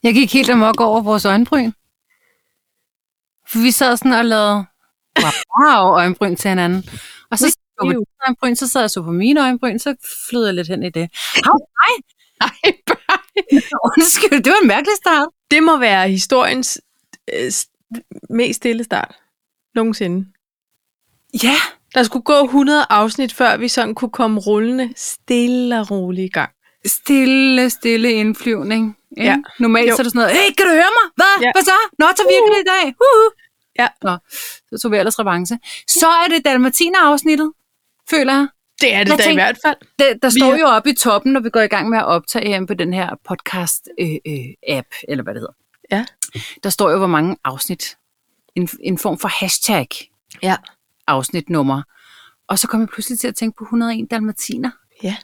Jeg gik helt amok over vores øjenbryn. For vi sad sådan og lavede øjenbryn til hinanden. Og så så på øjenbryn, så sad jeg så på mine øjenbryn, så flød jeg lidt hen i det. Nej, undskyld, det var en mærkelig start. Det må være historiens mest stille start nogensinde. Ja. Der skulle gå 100 afsnit, før vi sådan kunne komme rullende stille og roligt i gang. Stille indflyvning. Ja. Normalt så er det sådan noget, hey, kan du høre mig? Hvad? Ja. Hvad så? Nå, så virker det i dag. Ja. Nå, så tog vi ellers revanche. Så er det Dalmatiner-afsnittet, føler jeg. Det er det da i hvert fald. Der står jo oppe i toppen, når vi går i gang med at optage på den her podcast-app, eller hvad det hedder. Ja. Der står jo, hvor mange afsnit. En form for hashtag. Ja. Afsnitnummer. Og så kom jeg pludselig til at tænke på 101 dalmatiner. Ja.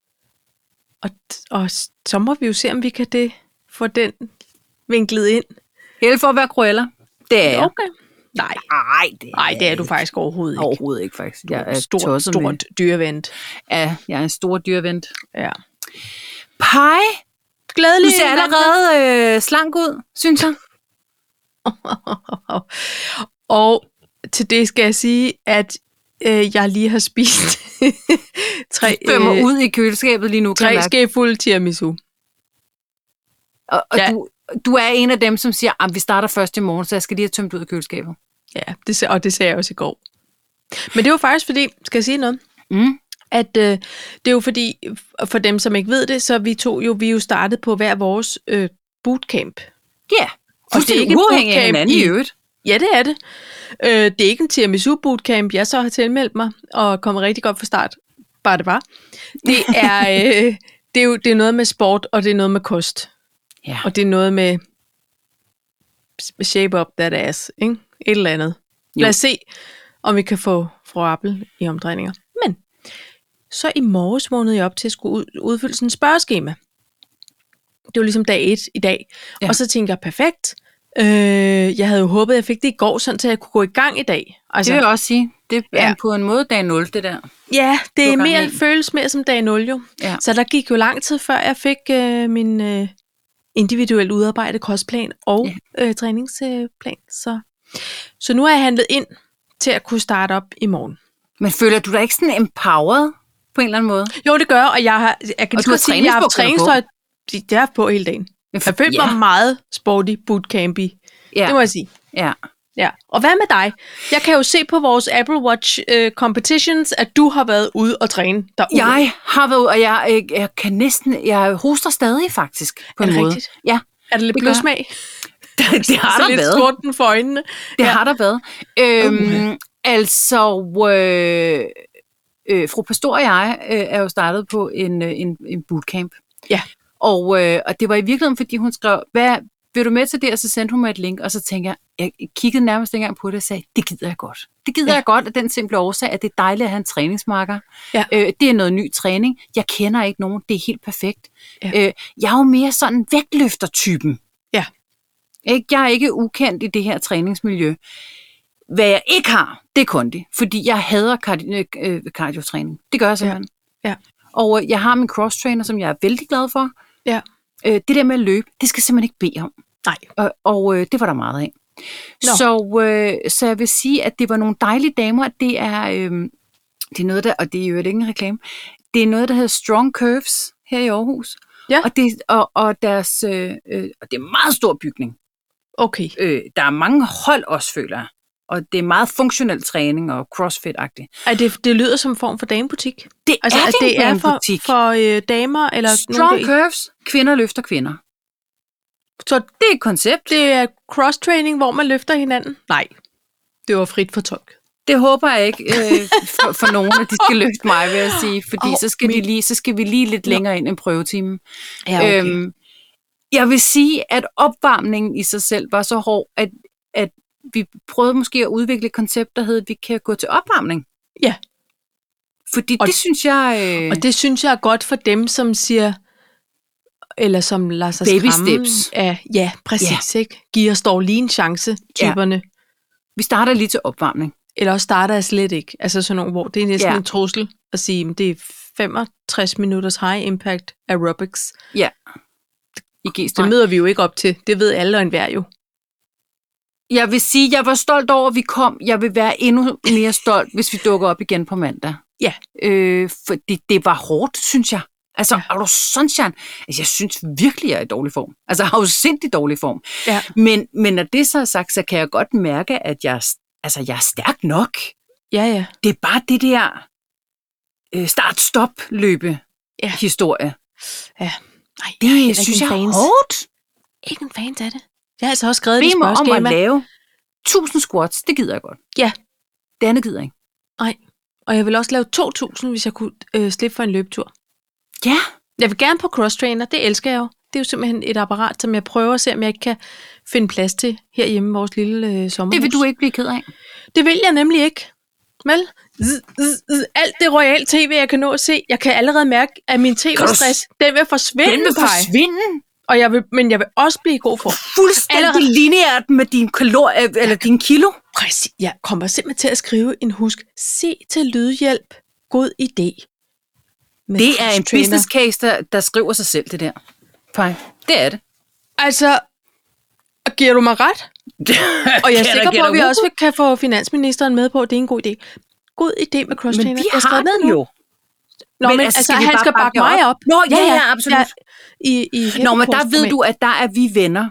Og så må vi jo se, om vi kan få den vinklet ind. Helt for at være Cruella. Det er jeg. Okay. Nej, det er du faktisk overhovedet ikke. Overhovedet ikke, faktisk. Jeg er stort dyrevendt. Ja, jeg er en stor dyrevendt. Ja. Pej. Glædelig. Du ser allerede slank ud, synes jeg. Og til det skal jeg sige, at jeg lige har spist 3 ud i køleskabet lige nu. 3 skefulde tiramisu. Og ja. Du er en af dem, som siger, at vi starter først i morgen, så jeg skal lige have tømt ud af køleskabet. Ja, det sagde jeg også i går. Men det var faktisk fordi, skal jeg sige noget? At det er jo fordi, for dem som ikke ved det, så vi er jo startet på hver vores bootcamp. Ja, og det er ikke uafhængig af hinanden i øvrigt. Ja, det er det. Det er ikke en tiramisu bootcamp, jeg så har tilmeldt mig, og kommet rigtig godt fra start. Bare det var. Det er, det er noget med sport, og det er noget med kost. Ja. Og det er noget med shape up that ass, ikke? Et eller andet. Lad os se, om vi kan få fru Appel i omdrejninger. Men så i morges vågnede jeg op til at skulle udfylde sådan en spørgeskema. Det var ligesom dag 1 i dag. Ja. Og så tænkte jeg, perfekt. Jeg havde jo håbet, at jeg fik det i går, sådan så jeg kunne gå i gang i dag. Altså, det vil jeg også sige. Det er på en måde dag 0, det der. Ja, det føles mere som dag 0 jo. Ja. Så der gik jo lang tid, før jeg fik min individuelt udarbejdet kostplan og træningsplan. Så nu er jeg handlet ind til at kunne starte op i morgen. Men føler du dig ikke sådan empowered på en eller anden måde? Jo, det gør, og jeg kan lige sige, at jeg har haft træningstøj, det er på hele dagen. Jeg følte mig meget sporty, bootcampy. Ja. Det må jeg sige. Ja. Og hvad med dig? Jeg kan jo se på vores Apple Watch competitions, at du har været ude og træne derude. Jeg har været ude, og jeg kan næsten, jeg hoster stadig faktisk på en måde. Rigtigt? Ja. Er det lidt blødsmag? Det har der været. Lidt sorten for øjnene. Det har der været. Fru Pastor og jeg er jo startet på en bootcamp. Ja. Og det var i virkeligheden, fordi hun skrev, hvad vil du med til det? Og så sendte hun mig et link, og så tænkte jeg kiggede nærmest engang på det og sagde, det gider jeg godt. Det gider jeg godt af den simple årsag, at det er dejligt at have en træningsmarker. Ja. Det er noget ny træning. Jeg kender ikke nogen. Det er helt perfekt. Ja. Jeg er jo mere sådan vægtløfter-typen. Ja. Jeg er ikke ukendt i det her træningsmiljø. Hvad jeg ikke har, det er kondi. Fordi jeg hader cardiotræning. Det gør jeg simpelthen. Ja. Og jeg har min cross-trainer, som jeg er vældig glad for. Ja. Det der med at løbe, det skal simpelthen ikke bede om. Nej. Og det var der meget af. Så jeg vil sige, at det var nogle dejlige damer. Det er noget der, og det er jo ikke en reklame. Det er noget, der hedder Strong Curves her i Aarhus. Ja. Og deres, og det er en meget stor bygning. Okay. Der er mange hold også, føler jeg. Og det er meget funktionel træning og crossfit-agtigt. Det lyder som en form for damebutik. Det er for damer eller Strong Curves, kvinder løfter kvinder. Så det er et koncept. Det er cross-training, hvor man løfter hinanden? Nej, det var frit for tolk. Det håber jeg ikke for nogen, at de skal løfte mig, vil jeg sige. Fordi så skal vi lige lidt længere ind i prøvetimen. Ja, okay. Jeg vil sige, at opvarmningen i sig selv var så hård, at vi prøvede måske at udvikle et koncept, der hedder, at vi kan gå til opvarmning. Ja. Fordi det synes jeg... Og det synes jeg er godt for dem, som siger, eller som lader sig baby skræmme. steps. Ja, præcis. Ikke? Giver os dog lige en chance, typerne. Ja. Vi starter lige til opvarmning. Eller også starter jeg slet ikke. Altså sådan nogle, hvor det er næsten en trussel at sige, at det er 65 minutters high impact aerobics. Ja. i G-streng. Det møder vi jo ikke op til. Det ved alle og enhver jo. Jeg vil sige, jeg var stolt over, at vi kom. Jeg vil være endnu mere stolt, hvis vi dukker op igen på mandag. Ja. Fordi det var hårdt, synes jeg. Altså, er du sunshine? Altså, jeg synes virkelig, jeg er i dårlig form. Altså, jeg har jo sindssygt dårlig form. Ja. Men når det så er sagt, så kan jeg godt mærke, at jeg er stærk nok. Ja. Det er bare det der start-stop-løbe-historie. Ja. Nej, det synes jeg er hårdt. Ikke en fan af det. Jeg har altså også skrevet det spørgeskema. Om at lave 1000 squats, det gider jeg godt. Ja. Det andet gider jeg ikke. Nej. Og jeg vil også lave 2000, hvis jeg kunne slippe for en løbetur. Ja. Jeg vil gerne på cross-trainer, det elsker jeg jo. Det er jo simpelthen et apparat, som jeg prøver at se, om jeg ikke kan finde plads til herhjemme i vores lille sommerhus. Det vil du ikke blive ked af. Det vil jeg nemlig ikke. Vel? Alt det royale tv, jeg kan nå at se. Jeg kan allerede mærke, at min tv-stress, den vil forsvinde. Den vil forsvinde? Og men jeg vil også blive i god form. Fuldstændig lineært med dine kalorier, eller dine kilo. Præcis. Jeg kommer simpelthen til at skrive en husk. Se til lydhjælp. God idé. Det er en business case, der skriver sig selv, det der. Fej. Det er det. Altså, giver du mig ret? Og jeg er sikker på, at vi også kan få finansministeren med på, at det er en god idé. God idé med cross-trainer. Men vi har den jo. Nå, men altså han skal bakke mig op. Nå, ja, absolut. Ja, Nå, men der ved du, at der er vi venner.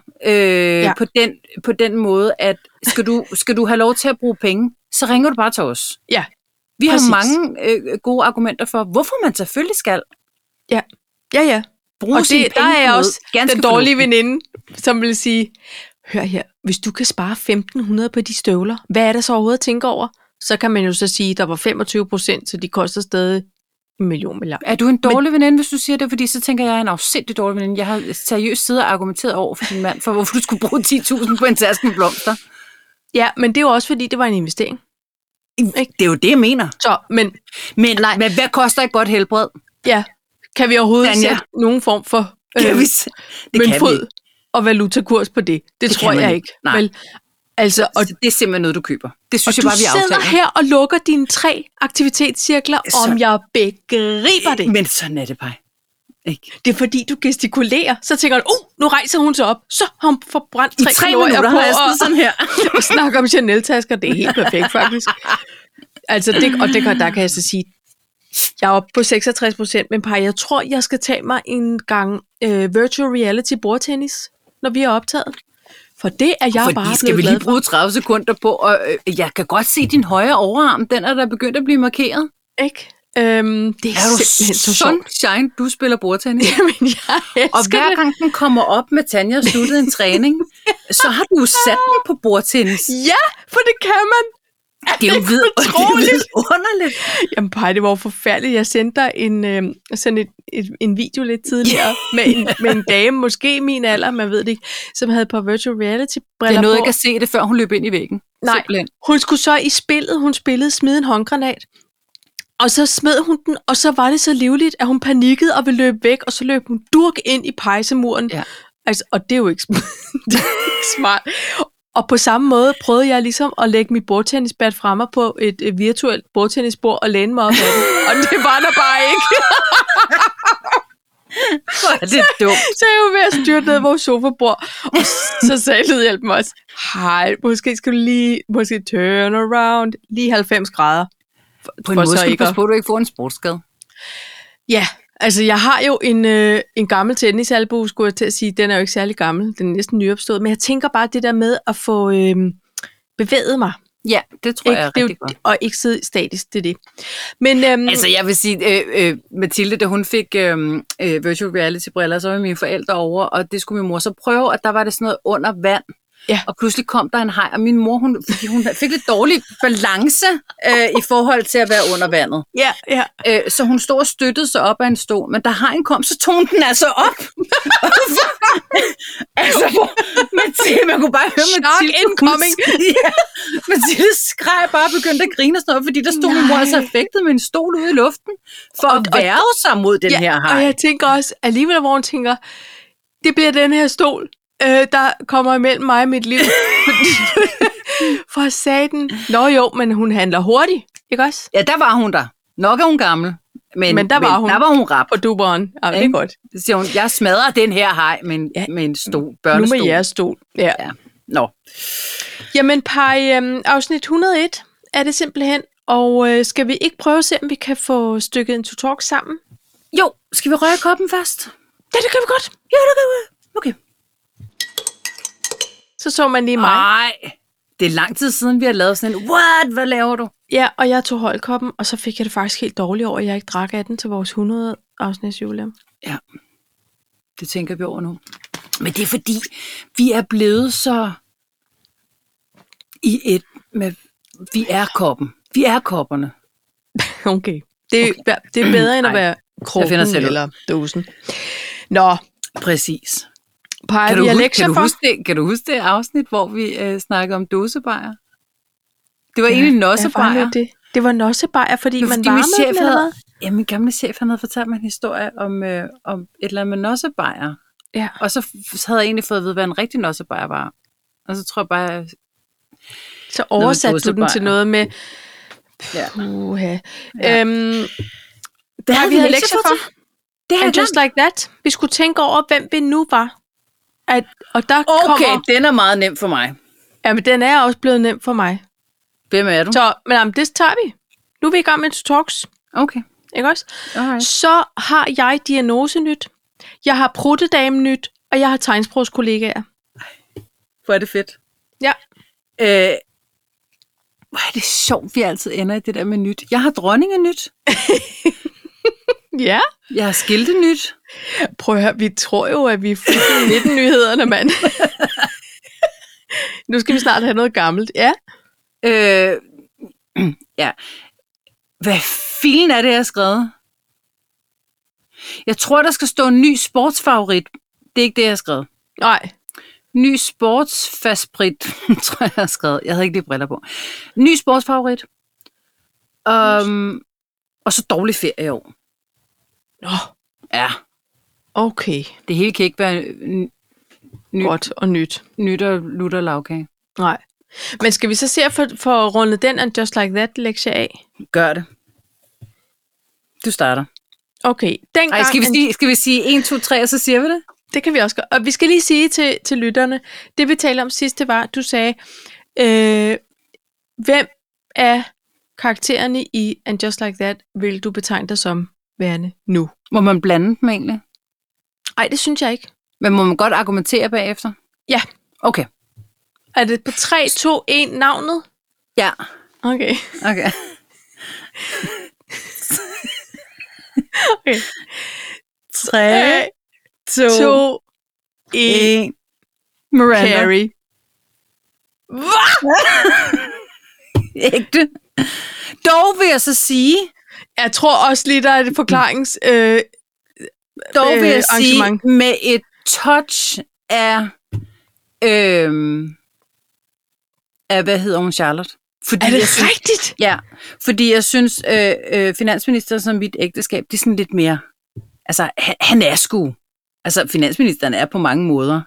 På den måde, at skal du have lov til at bruge penge, så ringer du bare til os. Ja. Vi har mange gode argumenter for, hvorfor man selvfølgelig skal. Ja. Bruge og sine der er jeg også den dårlige fornuftigt. veninde, som vil sige, hør her, hvis du kan spare 1.500 på de støvler, hvad er der så overhovedet at tænke over? Så kan man jo så sige, at der var 25%, så de koster stadig 1 million. Er du en dårlig veninde, hvis du siger det? Fordi så tænker jeg, at jeg er en afsindig dårlig veninde. Jeg har seriøst siddet og argumenteret over for din mand, for hvorfor du skulle bruge 10.000 på en taske med blomster. Ja, men det er jo også, fordi det var en investering. Ikke? Det er jo det, jeg mener. Så, men hvad koster et godt helbred? Ja, kan vi overhovedet sætte nogen form for møntfod og valutakurs på det? Det tror jeg ikke. Nej. Vel, altså, og det er simpelthen noget, du køber. Det synes jeg bare, vi aftaler. Du sidder her og lukker dine 3 aktivitetscirkler, om jeg begriber det. Men sådan er det bare. Ikke? Det er fordi, du gestikulerer. Så tænker du, nu rejser hun sig op. Så har hun forbrændt 3 kalorier på sådan her. Og snakker om Chanel-tasker. Det er helt perfekt, faktisk. Altså, der kan jeg så sige, jeg er oppe på 66%, men jeg tror, jeg skal tage mig en gang virtual reality bordtennis, når vi er optaget. For det er jeg bare skal vi lige bruge 30 sekunder på, og jeg kan godt se din højre overarm, den er der begyndt at blive markeret. Ikke? Det er simpelthen så sjovt. Sunshine, du spiller bordtennis. Jamen, jeg elsker og hver gang den kommer op med Tanja og sluttet en træning, så har du sat den på bordtennis. Ja, for det kan man. Det er jo vidunderligt. Jamen, det var forfærdeligt. Jeg sendte dig en video lidt tidligere med en dame, måske min alder, man ved det ikke, som havde på virtual reality-briller på. Jeg nåede ikke at se det, før hun løb ind i væggen. Nej, simpelthen. Hun skulle så i spillet, hun spillede smide en håndgranat, og så smed hun den, og så var det så livligt, at hun panikkede og ville løbe væk, og så løb hun ind i pejsemuren. Ja. Altså, og det er jo ikke smart. Og på samme måde prøvede jeg ligesom at lægge mit bordtennisbat fremme på et virtuelt bordtennisbord og læne mig op af det. Og det var der bare ikke. Hvor er det dumt. Så jeg var ved at styrte ned vores sofabord. Og så sagde lydhjælpen også, hej, måske skal du lige turn around, lige 90 grader. På en måde skal du passe på, at du ikke får en sportsskade. Ja, altså jeg har jo en gammel tennisalbue, skulle jeg til at sige. Den er jo ikke særlig gammel, den er næsten nyopstået. Men jeg tænker bare det der med at få bevæget mig. Ja, det tror jeg er rigtig godt. Og ikke sidde statisk, det er det. Men, altså jeg vil sige, Mathilde, da hun fik virtual reality-briller, så var mine forældre over, og det skulle min mor så prøve, og der var det sådan noget under vand. Ja. Og pludselig kom der en haj, og min mor, hun fik lidt dårlig balance i forhold til at være under vandet. Ja. Så hun stod og støttede sig op af en stol, men da hajen kom, så tog den altså op. Altså, man kunne bare høre Mathilde incoming. Mathilde skreg bare og begyndte at grine og sådan noget, fordi der stod min mor altså affektet med en stol ude i luften, for at værge sig mod den her haj. Og jeg tænker også, alligevel hvor hun tænker, det bliver den her stol, der kommer imellem mig og mit liv. For satan. Nå jo, men hun handler hurtigt, ikke også? Ja, der var hun der. Nok er hun gammel. Men der var hun rap. på duberen. Ja, det er godt. Så siger hun, jeg smadrer den her hej med en stol, børnestol. Nu med jeres stol. Ja. Nå. Jamen, afsnit 101 er det simpelthen. Og skal vi ikke prøve at se, om vi kan få stykket en to-talk sammen? Jo, skal vi røre koppen først? Ja, det kan vi godt. Ja, det kan vi. Okay. Så man lige mig. Nej, det er lang tid siden, vi har lavet sådan en, what, hvad laver du? Ja, og jeg tog holdkoppen, og så fik jeg det faktisk helt dårligt over, at jeg ikke drak af den til vores 100 afsnits jubilæum. Ja, det tænker vi over nu. Men det er fordi, vi er blevet så i et med, vi er koppen. Vi er kopperne. Okay. Det er bedre end at være krukken eller dåsen. Nå. Præcis. Kan du huske det afsnit, hvor vi snakkede om dåsebajer? Det var egentlig nossebajer. Det var nossebajer, fordi man varmede dem. Min gamle chef, han havde fortalt mig en historie om et eller andet med nossebajer. Ja. Og så havde jeg egentlig fået at vide, hvad en rigtig nossebajer var. Og så tror jeg bare... Så oversatte du den til noget med... Ja. Det har vi havde lektier for. Det er just like that. Vi skulle tænke over, hvem vi nu var. Og der kommer... den er meget nem for mig. Ja, men den er også blevet nem for mig. Hvem er du? Så, men det tager vi. Nu er vi i gang med talks. Okay. Ikke også? Alright. Så har jeg diagnosenyt. Jeg har pruttedame-nyt. Og jeg har tegnsprogskollegaer. Hvor er det fedt. Ja. Hvor er det sjovt, vi altid ender i det der med nyt. Jeg har dronningenyt. Ja. Jeg har skiltenyt. Prøv at høre, vi tror jo, at vi får 19 nyhederne, mand. Nu skal vi snart have noget gammelt. Ja. Ja. Hvad filen er det, jeg har skrevet? Jeg tror, der skal stå en ny sportsfavorit. Det er ikke det, jeg har skrevet. Nej. Ny sportsfastsprit, tror jeg har skrevet. Jeg havde ikke de briller på. Ny sportsfavorit. Og så dårlig ferie i år. Nå. Ja. Okay. Det hele kan ikke være godt og nyt. Nyt og lutter lavkage. Nej. Men skal vi så se at få rundet den and Just Like That lektie af? Gør det. Du starter. Okay. Ej, skal vi sige 1, 2, 3, og så siger vi det? Det kan vi også gøre. Og vi skal lige sige til lytterne, det vi talte om sidst, det var, du sagde, hvem af karaktererne i And Just Like That vil du betegne dig som værende nu? Må man blande dem egentlig? Nej, det synes jeg ikke. Men må man godt argumentere bagefter? Ja. Okay. Er det på 3, 2, 1 navnet? Ja. Okay. Okay. 3, 2, 1. Miranda. Carrie. Ægte. Dog vil jeg så sige... Jeg tror også lige, der er et forklarings... dog vil jeg sige, med et touch af... hvad hedder hun, Charlotte? Fordi er det rigtigt? Ja, fordi jeg synes, finansminister som mit ægteskab, det er sådan lidt mere... Altså, han er sgu... Altså, finansministeren er på mange måder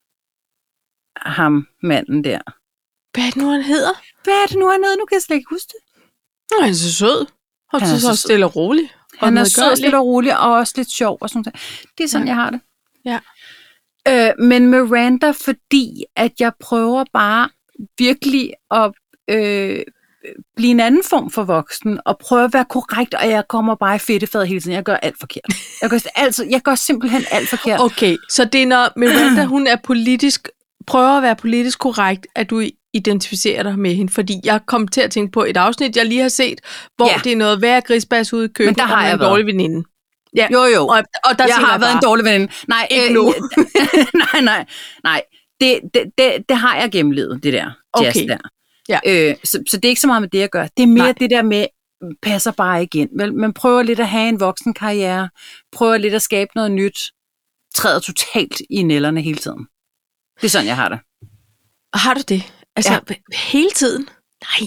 ham, manden der. Hvad er det nu, han hedder? Nu kan jeg slet ikke huske det. Nå, han er så sød. Han er så stille og rolig. Han er så stille og rolig, og også lidt sjov og sådan noget. Det er sådan, jeg har det. Ja. Men Miranda, fordi at jeg prøver bare virkelig at blive en anden form for voksen, og prøve at være korrekt, og jeg kommer bare i fedtefadet hele tiden. Jeg gør alt forkert. Jeg gør simpelthen alt forkert. Okay, så det er når Miranda, hun er prøver at være politisk korrekt, at du identificerer dig med hende, fordi jeg kom til at tænke på et afsnit, jeg lige har set, hvor det er noget værre grisbas ude i køkkenet, men der har jeg en dårlig veninde. Ja. Jo. Og der jeg har været en dårlig veninde. Nej, ikke nu. nej. Det har jeg gennemlevet, det der jazz der. Ja. Så det er ikke så meget med det, jeg gør. Det er mere det der med, passer bare ikke ind. Vel? Man prøver lidt at have en voksen karriere, prøver lidt at skabe noget nyt, træder totalt i nælderne hele tiden. Det er sådan, jeg har det. Har du det? Altså, hele tiden? Nej.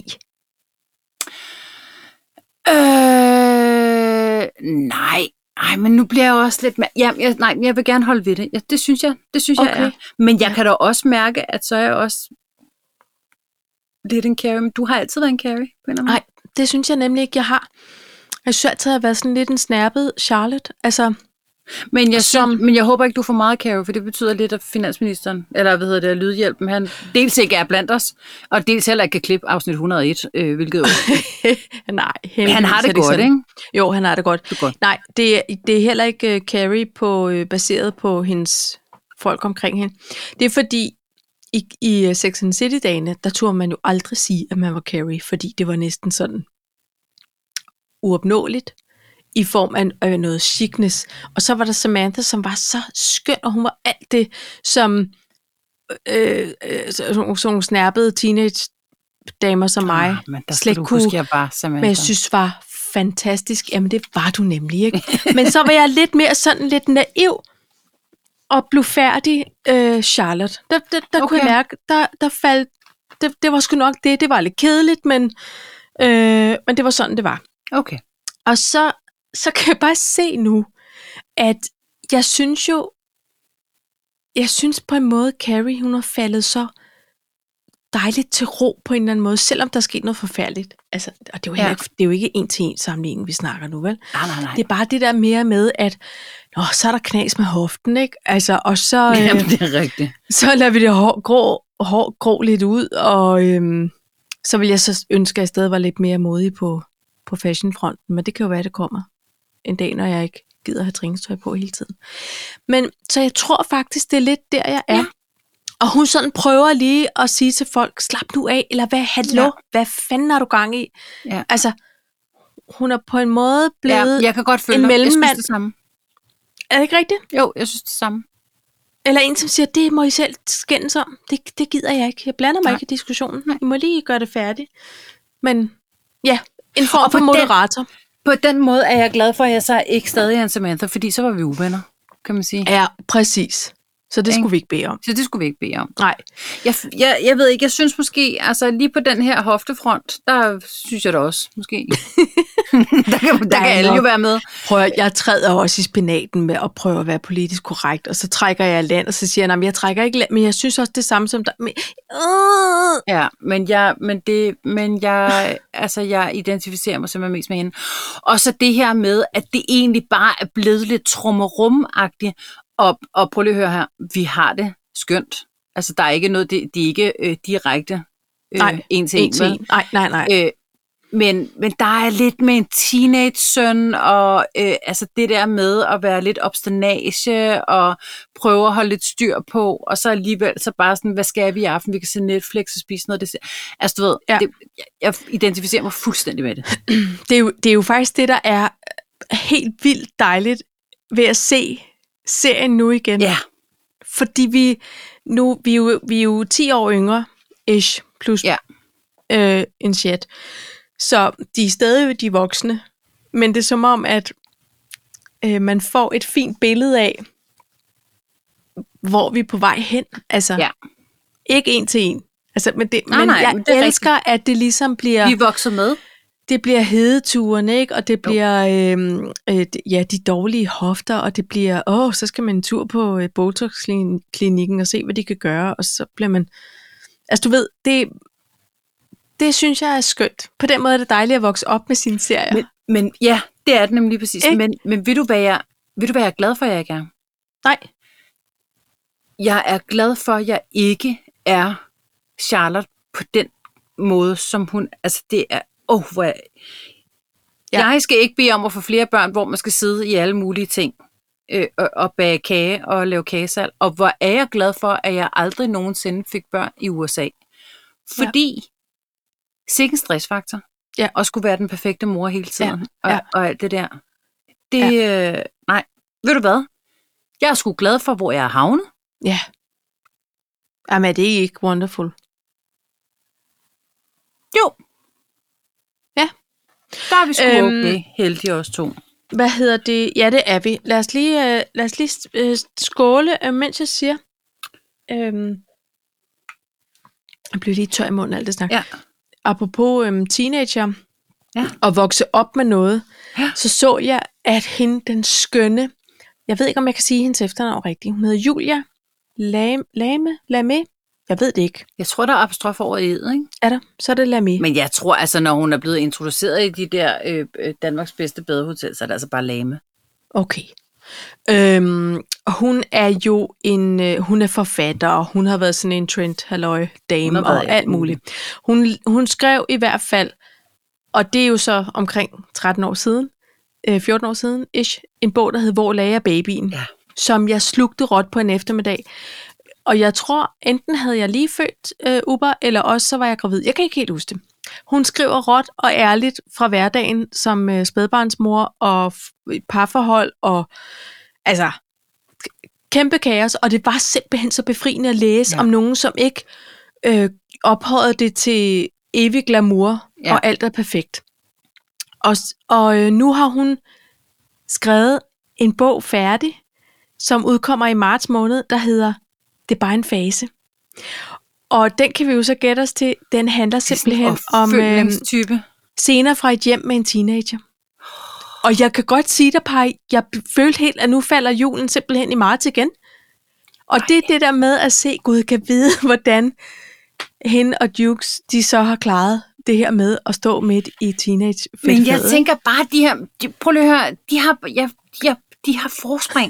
Nej. Ej, men nu bliver jeg jo også lidt... jeg vil gerne holde ved det. Ja, det synes jeg jeg er. Men jeg kan da også mærke, at så er jeg også lidt en Carrie. Men du har altid været en Carrie, på en eller anden måde. Nej, det synes jeg nemlig ikke, jeg har. Jeg synes altid, at jeg har været sådan lidt en snærpet Charlotte. Altså, Men jeg håber ikke, du får meget, Carrie, for det betyder lidt, at finansministeren, eller lydhjælpen, han dels ikke er blandt os, og dels heller ikke kan klippe afsnit 101, hvilket jo... Nej. Han har det godt, ikke? Jo, han har det godt. Det er godt. Nej, det er heller ikke Carrie baseret på hendes folk omkring hende. Det er fordi, i Sex and the City-dagene, der turde man jo aldrig sige, at man var Carrie, fordi det var næsten sådan uopnåeligt i form af noget chicness. Og så var der Samantha, som var så skøn, og hun var alt det, som sådan nogle snærpede teenage-damer som mig men der slet kunne, huske, jeg var Samantha. men jeg synes var fantastisk. Jamen, det var du nemlig, ikke? Men så var jeg lidt mere sådan lidt naiv og blufærdig Charlotte. Der okay. Kunne jeg mærke, der faldt, det var sgu nok det var lidt kedeligt, men det var sådan, det var. Okay. Og så kan jeg bare se nu, at jeg synes på en måde, Carrie, hun har faldet så dejligt til ro på en eller anden måde, selvom der er sket noget forfærdeligt. Altså, og det er jo ikke en til en sammenligning, vi snakker nu, vel? Nej. Det er bare det der mere med, at så er der knas med hoften, ikke? Altså, og så... Jamen, det er rigtigt. Så lader vi det hår grå lidt ud, og så vil jeg så ønske, at jeg stadig var lidt mere modig på fashionfronten, men det kan jo være, det kommer en dag, når jeg ikke gider have træningstøj på hele tiden. Men så jeg tror faktisk, det er lidt der, jeg er. Ja. Og hun sådan prøver lige at sige til folk, slap nu af, eller hvad fanden har du gang i? Ja. Altså, hun er på en måde blevet jeg kan godt føle en mellemmand. Jeg synes det samme. Er det ikke rigtigt? Jo, jeg synes det samme. Eller en, som siger, det må I selv skændes om. Det gider jeg ikke. Jeg blander mig ikke i diskussionen. I må lige gøre det færdigt. Men ja, en form for moderator. På den måde er jeg glad for, at jeg så ikke stadig er en Samantha, fordi så var vi uvenner, kan man sige. Ja, præcis. Så det skulle vi ikke bede om. Så det skulle vi ikke bede om. Nej. Jeg ved ikke, jeg synes måske, altså lige på den her hoftefront, der synes jeg da også, måske. der kan alle jo være med. Prøv, jeg træder også i spinaten med at prøve at være politisk korrekt, og så trækker jeg land, og så siger jeg, jeg trækker ikke land, men jeg synes også det samme som dig. Ja, men jeg identificerer mig simpelthen mest med hende. Og så det her med, at det egentlig bare er blevet lidt trummerum-agtigt. Og prøv lige at høre her, vi har det skønt. Altså, der er ikke noget, det er ikke direkte en til en. Nej. Men der er lidt med en teenage-søn, og altså det der med at være lidt obstinage, og prøve at holde lidt styr på, og så alligevel så bare sådan, hvad skal vi i aften? Vi kan se Netflix og spise noget. Altså du ved, jeg identificerer mig fuldstændig med det. Det er jo faktisk det, der er helt vildt dejligt ved at se serien nu igen. Ja. Fordi vi er jo 10 år yngre, ish, plus en chat. Så de er stadig de voksne. Men det er som om, at man får et fint billede af, hvor vi er på vej hen. Altså, ikke en til en. Altså, men jeg elsker, rigtigt. At det ligesom bliver... Vi vokser med. Det bliver hedeturen, ikke? Og det bliver de dårlige hofter, og det bliver, så skal man en tur på Botox-klinikken og se, hvad de kan gøre, og så bliver man... Altså, du ved, det synes jeg er skønt. På den måde er det dejligt at vokse op med sine serier. Men ja, det er det nemlig lige præcis. Men ved du, hvad jeg er glad for, jeg ikke er? Nej. Jeg er glad for, at jeg ikke er Charlotte på den måde, som hun... Altså, det er... Jeg skal ikke bede om at få flere børn, hvor man skal sidde i alle mulige ting og bage kage og lave kagesal. Og hvor er jeg glad for, at jeg aldrig nogensinde fik børn i USA. Fordi sikke en stressfaktor. Ja. Og skulle være den perfekte mor hele tiden. Og alt det der. Nej, ved du hvad? Jeg er sgu glad for, hvor jeg er havnet. Ja. Jamen, er det ikke wonderful? Jo. Ja. Der er vi sgu okay heldige os to. Hvad hedder det? Ja, det er vi. Lad os lige skåle, mens jeg siger. Jeg bliver lige tør i munden, alt det snak. Ja. Apropos teenager og vokse op med noget, så jeg, at hende, den skønne, jeg ved ikke, om jeg kan sige hendes efternavn rigtigt, hun hedder Julia Lamé. Jeg ved det ikke. Jeg tror, der er apostrof over E'et, ikke? Er der? Så er det Lamy. Men jeg tror, altså, når hun er blevet introduceret i de der Danmarks bedste badehotel, så er det altså bare Lame. Okay. Hun er jo hun er forfatter, og hun har været sådan en trend-halløj-dame og alt muligt. Hun skrev i hvert fald, og det er jo så omkring 13 år siden, 14 år siden, ish, en bog, der hed Hvor lagde jeg babyen? Ja. Som jeg slugte råt på en eftermiddag. Og jeg tror, enten havde jeg lige født Uber, eller også så var jeg gravid. Jeg kan ikke helt huske det. Hun skriver råt og ærligt fra hverdagen som spædbarnsmor og parforhold og altså kæmpe kaos. Og det var simpelthen så befriende at læse om nogen, som ikke ophøjede det til evig glamour og alt er perfekt. Og nu har hun skrevet en bog færdig, som udkommer i marts måned, der hedder Det er bare en fase. Og den kan vi jo så gætte os til. Den handler simpelthen om scener fra et hjem med en teenager. Og jeg kan godt sige dig, Paj, jeg følte helt, at nu falder julen simpelthen i marts igen. Og det er det der med at se, Gud kan vide, hvordan hende og Dukes, de så har klaret det her med at stå midt i teenage. Men jeg tænker bare, prøv lige at høre, de har forspring.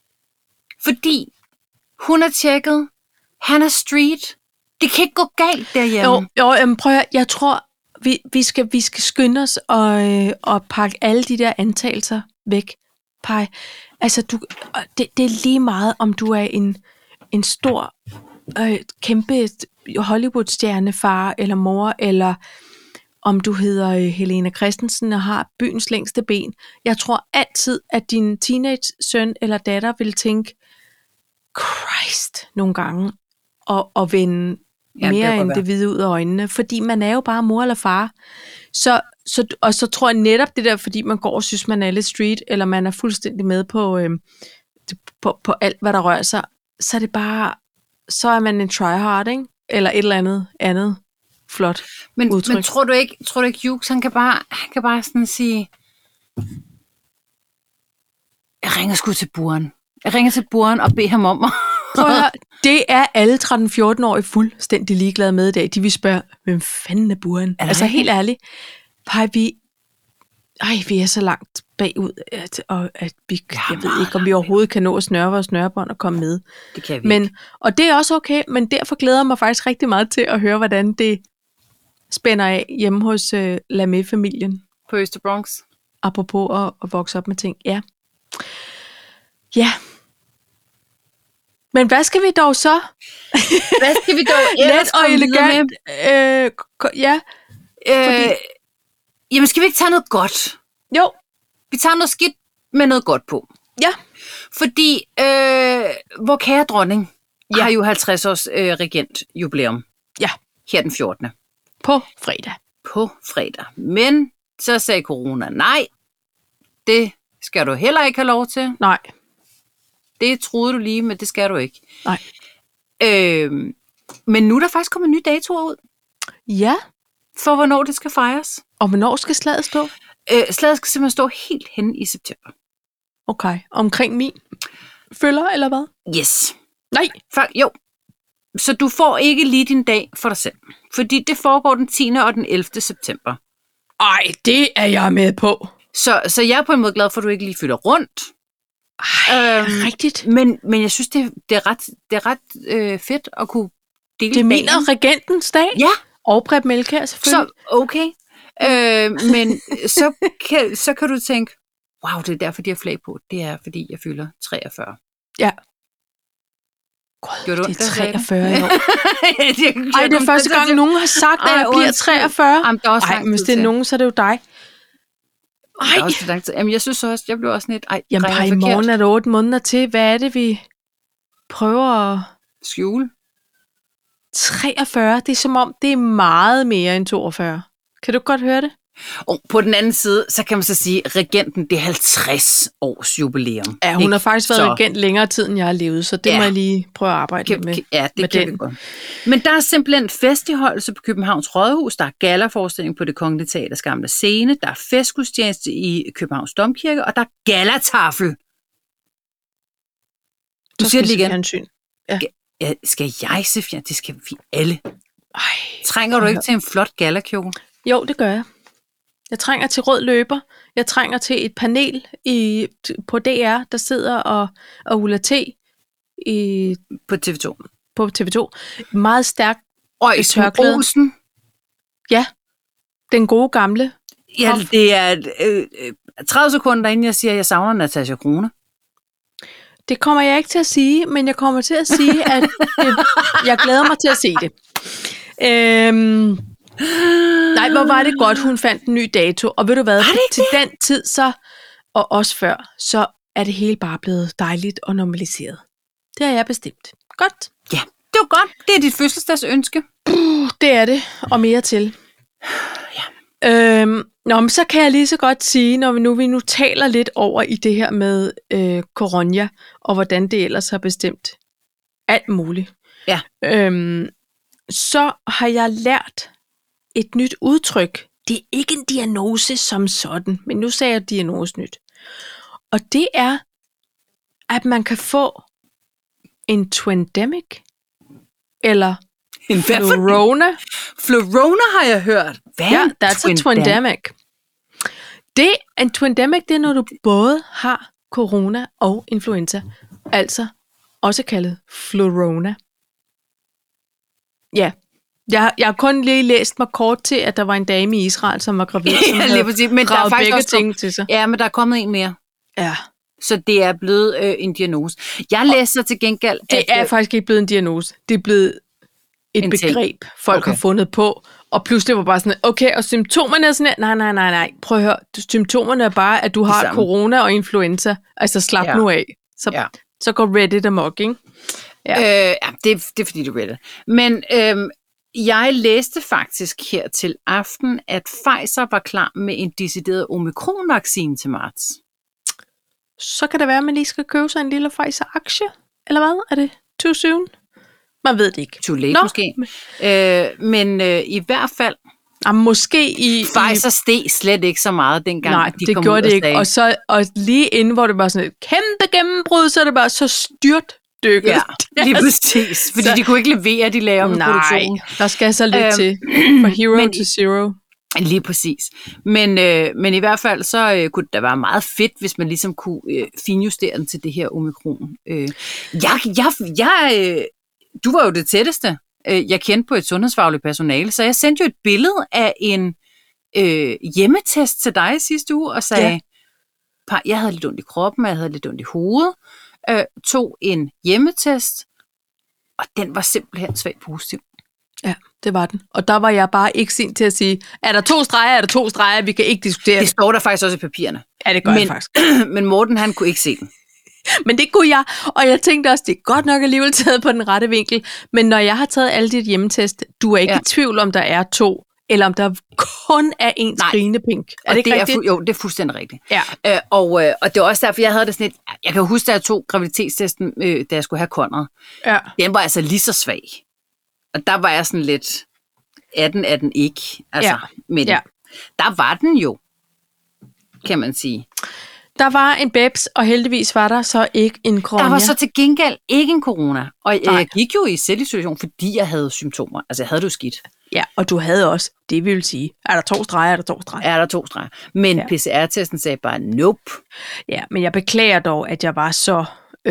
Fordi hun er tjekket, han er street. Det kan ikke gå galt derhjemme. Jo, prøv at høre, jeg tror, vi skal skynde os og pakke alle de der antagelser væk, Paj. Altså, det er lige meget, om du er en stor, kæmpe Hollywood-stjerne, far eller mor, eller om du hedder Helena Christensen og har byens længste ben. Jeg tror altid, at din teenage-søn eller datter vil tænke, Christ, nogle gange, og vende mere end det hvide ud af øjnene, fordi man er jo bare mor eller far. Og så tror jeg netop det der, fordi man går og synes, man er lidt street, eller man er fuldstændig med på alt, hvad der rører sig, så er det bare, så er man en tryhard, ikke? Eller et eller andet flot udtryk. Men tror du ikke, Hughes, han kan bare sådan sige, jeg ringer sgu til Buren. Jeg ringer til Buren og beder ham om Prøv at høre, det er alle 13-14-årige fuldstændig ligeglade med i dag. De vil spørge, hvem fanden er Buren? Altså helt ærligt, Paj, vi er så langt bagud, at jeg ved ikke, om vi overhovedet kan nå at snøre vores snørebånd og komme med. Det kan vi ikke. Og det er også okay, men derfor glæder jeg mig faktisk rigtig meget til at høre, hvordan det spænder af hjemme hos Lamé-familien. På Østerbronx. Apropos at vokse op med ting. Ja. Men hvad skal vi dog så? Hvad skal vi dog let og elegant. Jamen, skal vi ikke tage noget godt? Jo. Vi tager noget skidt med noget godt på. Ja. Fordi vor kære dronning har jo 50 års regentjubilæum. Ja. Her den 14. På fredag. Men så sagde corona, nej, det skal du heller ikke have lov til. Nej. Det troede du lige, men det skal du ikke. Nej. Men nu er der faktisk kommet nye datoer ud. Ja. For hvornår det skal fejres. Og hvornår skal slaget stå? Slaget skal simpelthen stå helt hen i september. Okay. Omkring min følger, eller hvad? Yes. Nej. Jo. Så du får ikke lige din dag for dig selv. Fordi det foregår den 10. og den 11. september. Ej, det er jeg med på. Så jeg er på en måde glad for, at du ikke lige fylder rundt. Rigtigt. Men jeg synes, det er ret fedt at kunne dele det mener dagen. Regentens dag? Ja. Og Preben Melkjær selvfølgelig. Så okay. Men så kan du tænke, wow, det er derfor, de har flag på. Det er, fordi jeg fylder 43. Ja. God, det er 43 år. Ej, det er første gang, nogen har sagt, at jeg bliver 43. Ej, hvis det er nogen, så er det jo dig. Jamen, jeg synes også, jeg blev også lidt... Jamen, i morgen er det 8 måneder til. Hvad er det, vi prøver at... skjule? 43, det er som om, det er meget mere end 42. Kan du godt høre det? Og på den anden side, så kan man så sige, at regenten, det er 50 års jubilæum. Ja, hun har faktisk været regent længere tid, end jeg har levet, så det må jeg lige prøve at arbejde med. Ja, det kan vi godt. Men der er simpelthen festligholdelse på Københavns Rådhus, der er gallaforestilling på Det Kongelige Teaters gamle scene, der er festgudstjeneste i Københavns Domkirke, og der er gallatafel. Du siger det igen. Ja. skal jeg se fjern? Det skal vi alle. Ej, Trænger du ikke til en flot gallakjole? Jo, det gør jeg. Jeg trænger til rød løber. Jeg trænger til et panel på DR, der sidder og uller te På TV2. på TV2. Meget stærkt Øjsen tørklæde. Olsen. Ja, den gode gamle. Ja, det er 30 sekunder, inden jeg siger, at jeg savner Natasja Crone. Det kommer jeg ikke til at sige, men jeg kommer til at sige, at jeg glæder mig til at se det. Nej, hvor var det godt, hun fandt en ny dato. Og ved du hvad, til den tid så, og også før, så er det hele bare blevet dejligt og normaliseret. Det har jeg bestemt. Godt. Ja, det var godt. Det er dit fødselsdagsønske. Det er det, og mere til. Ja. Men så kan jeg lige så godt sige, når vi nu taler lidt over i det her med corona, og hvordan det ellers har bestemt alt muligt. Ja. Så har jeg lært et nyt udtryk. Det er ikke en diagnose som sådan, men nu sagde jeg diagnosenyt. Og det er, at man kan få en twindemic, eller florona. Florona har jeg hørt. Hvad Ja, that's a twindemic. En twindemic, det er, når du både har corona og influenza. Altså også kaldet florona. Ja. Jeg har kun lige læst mig kort til, at der var en dame i Israel, som var gravid, som havde men der er faktisk begge også ting til sig. Ja, men der er kommet en mere. Ja. Så det er blevet en diagnose. Jeg læser til gengæld, Det er faktisk ikke blevet en diagnose. Det er blevet et begreb, folk har fundet på. Og pludselig var bare sådan, okay, og symptomerne er sådan, nej. Prøv at høre, symptomerne er bare, at du har corona og influenza. Altså slap nu af. Så går Reddit amok, ikke? Ja. Det er fordi, du Reddit. Men jeg læste faktisk her til aften, at Pfizer var klar med en decideret omikron-vaccine til marts. Så kan det være, at man lige skal købe sig en lille Pfizer-aktie. Eller hvad? Er det too soon? Man ved det ikke. Too late måske. Men i hvert fald... Måske Pfizer steg slet ikke så meget dengang, nej, at de det kom gjorde ud det og ikke. sagde, Og lige inden, hvor det var sådan et kæmpe gennembrud, så er det bare så styrtdykket. Ja, lige præcis. Fordi de kunne ikke levere, de lavede om produktionen. Nej, der skal så lidt til. Fra hero to zero. Lige præcis. Men i hvert fald, så kunne det da være meget fedt, hvis man ligesom kunne finjustere den til det her omikron. Du var jo det tætteste, jeg kendte på et sundhedsfagligt personale, så jeg sendte jo et billede af en hjemmetest til dig sidste uge, og sagde, jeg havde lidt ondt i kroppen, jeg havde lidt ondt i hovedet, tog en hjemmetest, og den var simpelthen svagt positiv. Ja, det var den. Og der var jeg bare ikke sent til at sige, er der 2 streger, vi kan ikke diskutere det. Det står der faktisk også i papirerne. Ja, det gør jeg faktisk. Men Morten, han kunne ikke se den. Men det kunne jeg, og jeg tænkte også, det er godt nok alligevel taget på den rette vinkel. Men når jeg har taget alle dit hjemmetest, du er ikke i tvivl, om der er 2, eller om der kun er en skrigende pink. Er det ikke rigtigt? Jo, det er fuldstændig rigtigt. Ja. Og det var også derfor, jeg havde det sådan et... Jeg kan huske, da jeg tog graviditetstesten, da jeg skulle have Conrad. Ja. Den var altså lige så svag. Og der var jeg sådan lidt... Er den ikke? Altså, men der var den jo, kan man sige. Der var en babs, og heldigvis var der så ikke en corona. Der var så til gengæld ikke en corona. Og jeg gik jo i selvisolation, fordi jeg havde symptomer. Altså, jeg havde det jo skidt. Ja, og du havde også, det vil sige, er der 2 streger, er der 2 streger. Er der 2 streger. Men PCR-testen sagde bare, nope. Ja, men jeg beklager dog, at jeg var så,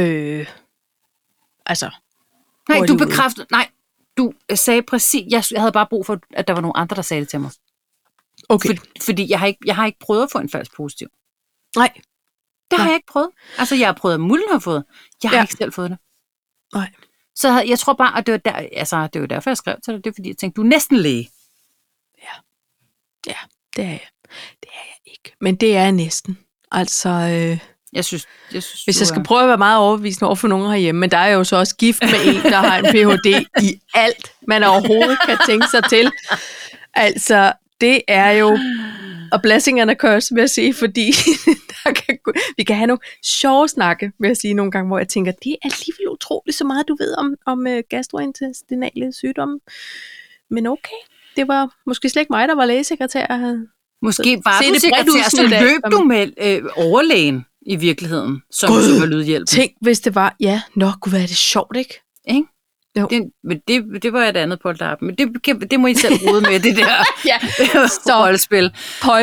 Nej, du bekræftede, du sagde præcis, jeg havde bare brug for, at der var nogle andre, der sagde det til mig. Okay. Fordi jeg har ikke prøvet at få en falsk positiv. Nej. Det har jeg ikke prøvet. Altså, jeg har prøvet, at Mullen har fået. Jeg har ikke selv fået det. Nej. Så jeg tror bare, at det var derfor, jeg skrev til dig. Det er fordi, jeg tænkte, du er næsten læge. Ja, det er jeg. Det er jeg ikke. Men det er jeg næsten. Altså, jeg synes, hvis jeg skal prøve at være meget overbevisende over for nogen herhjemme, men der er jo så også gift med en, der har en Ph.D. i alt, man overhovedet kan tænke sig til. Altså, det er jo... Og blessing and a curse, vil jeg sige, fordi vi kan have nogle sjove snakke, vil jeg sige nogle gange, hvor jeg tænker, det er alligevel utroligt så meget, du ved om gastrointestinale sygdomme. Men okay, det var måske slet ikke mig, der var lægesekretær. Måske var du sekretær, så løb du med overlægen i virkeligheden, som var lydhjælp. Tænk, hvis det var, kunne være det sjovt, ikke? Jo. Men det var et andet polterabend. Men det må I selv rode med, det der Ja, rollespil. Pøj.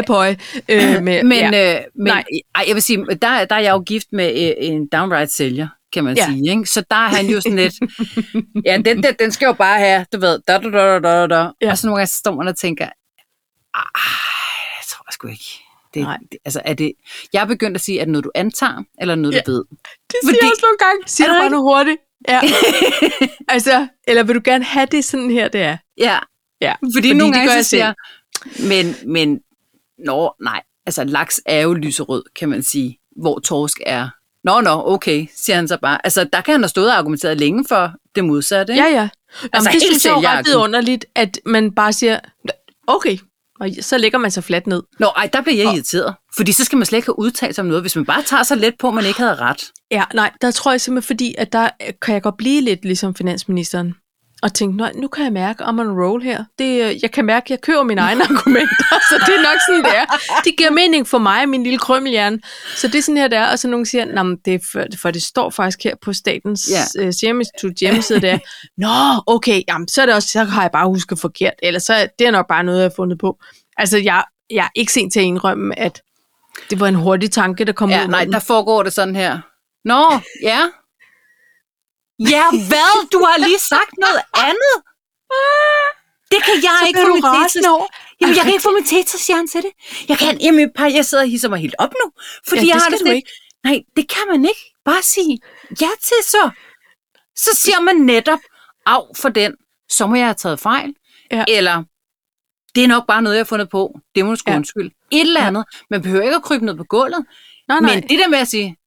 Men jeg vil sige, der er jeg jo gift med en downright sælger, kan man sige. Ikke? Så der er han jo sådan lidt, ja, den skal jo bare have, du ved, da. Ja. Og så nogle gange står man og tænker, jeg tror sgu ikke. Altså, jeg er begyndt at sige, at noget du antager, eller noget du ved. Det siger jeg også nogle gange. Siger du bare noget hurtigt? Ja. Altså, eller vil du gerne have det sådan her, det er? Ja. Fordi nogle gange så siger men nej. Altså, laks er jo lyserød, kan man sige, hvor torsk er. Okay, siger han så bare. Altså, der kan han have stået og argumenteret længe for det modsatte, ikke? Ja. Altså, det synes jeg jo ret vidunderligt, at man bare siger, okay, og så lægger man sig fladt ned. Der bliver jeg irriteret. Fordi så skal man slet ikke have udtalt sig om noget, hvis man bare tager så let på, at man ikke havde ret. Ja, nej, der tror jeg simpelthen, fordi at der kan jeg godt blive lidt ligesom finansministeren. Og tænke, nu kan jeg mærke, om man roll her. Jeg kan mærke, at jeg køber mine egne argumenter, så det er nok sådan, det er. Det giver mening for mig, min lille krømmelhjerne. Så det er sådan her, det er. Og så nogen siger, men det er for det står faktisk her på Statens Serum Institut hjemmeside, det er, okay, jamen, så er det også, så har jeg bare husket forkert. Eller så det er nok bare noget, jeg har fundet på. Altså, jeg er ikke sent til at indrømme, at det var en hurtig tanke, der kom ud. Nej, der foregår det sådan her. Ja. Ja, hvad? Du har lige sagt noget andet. Det kan jeg ikke få mit tetis. Jamen, jeg kan ikke få mit tetis til det. Jeg sidder og hisser mig helt op nu. Fordi jeg har det ikke. Nej, det kan man ikke. Bare sige ja til så. Så siger man netop, for den, så må jeg have taget fejl. Ja. Eller, det er nok bare noget, jeg har fundet på. Det må du sgu undskylde. Et eller andet. Man behøver ikke at krybe ned på gulvet. Nej. Men det der med at sige,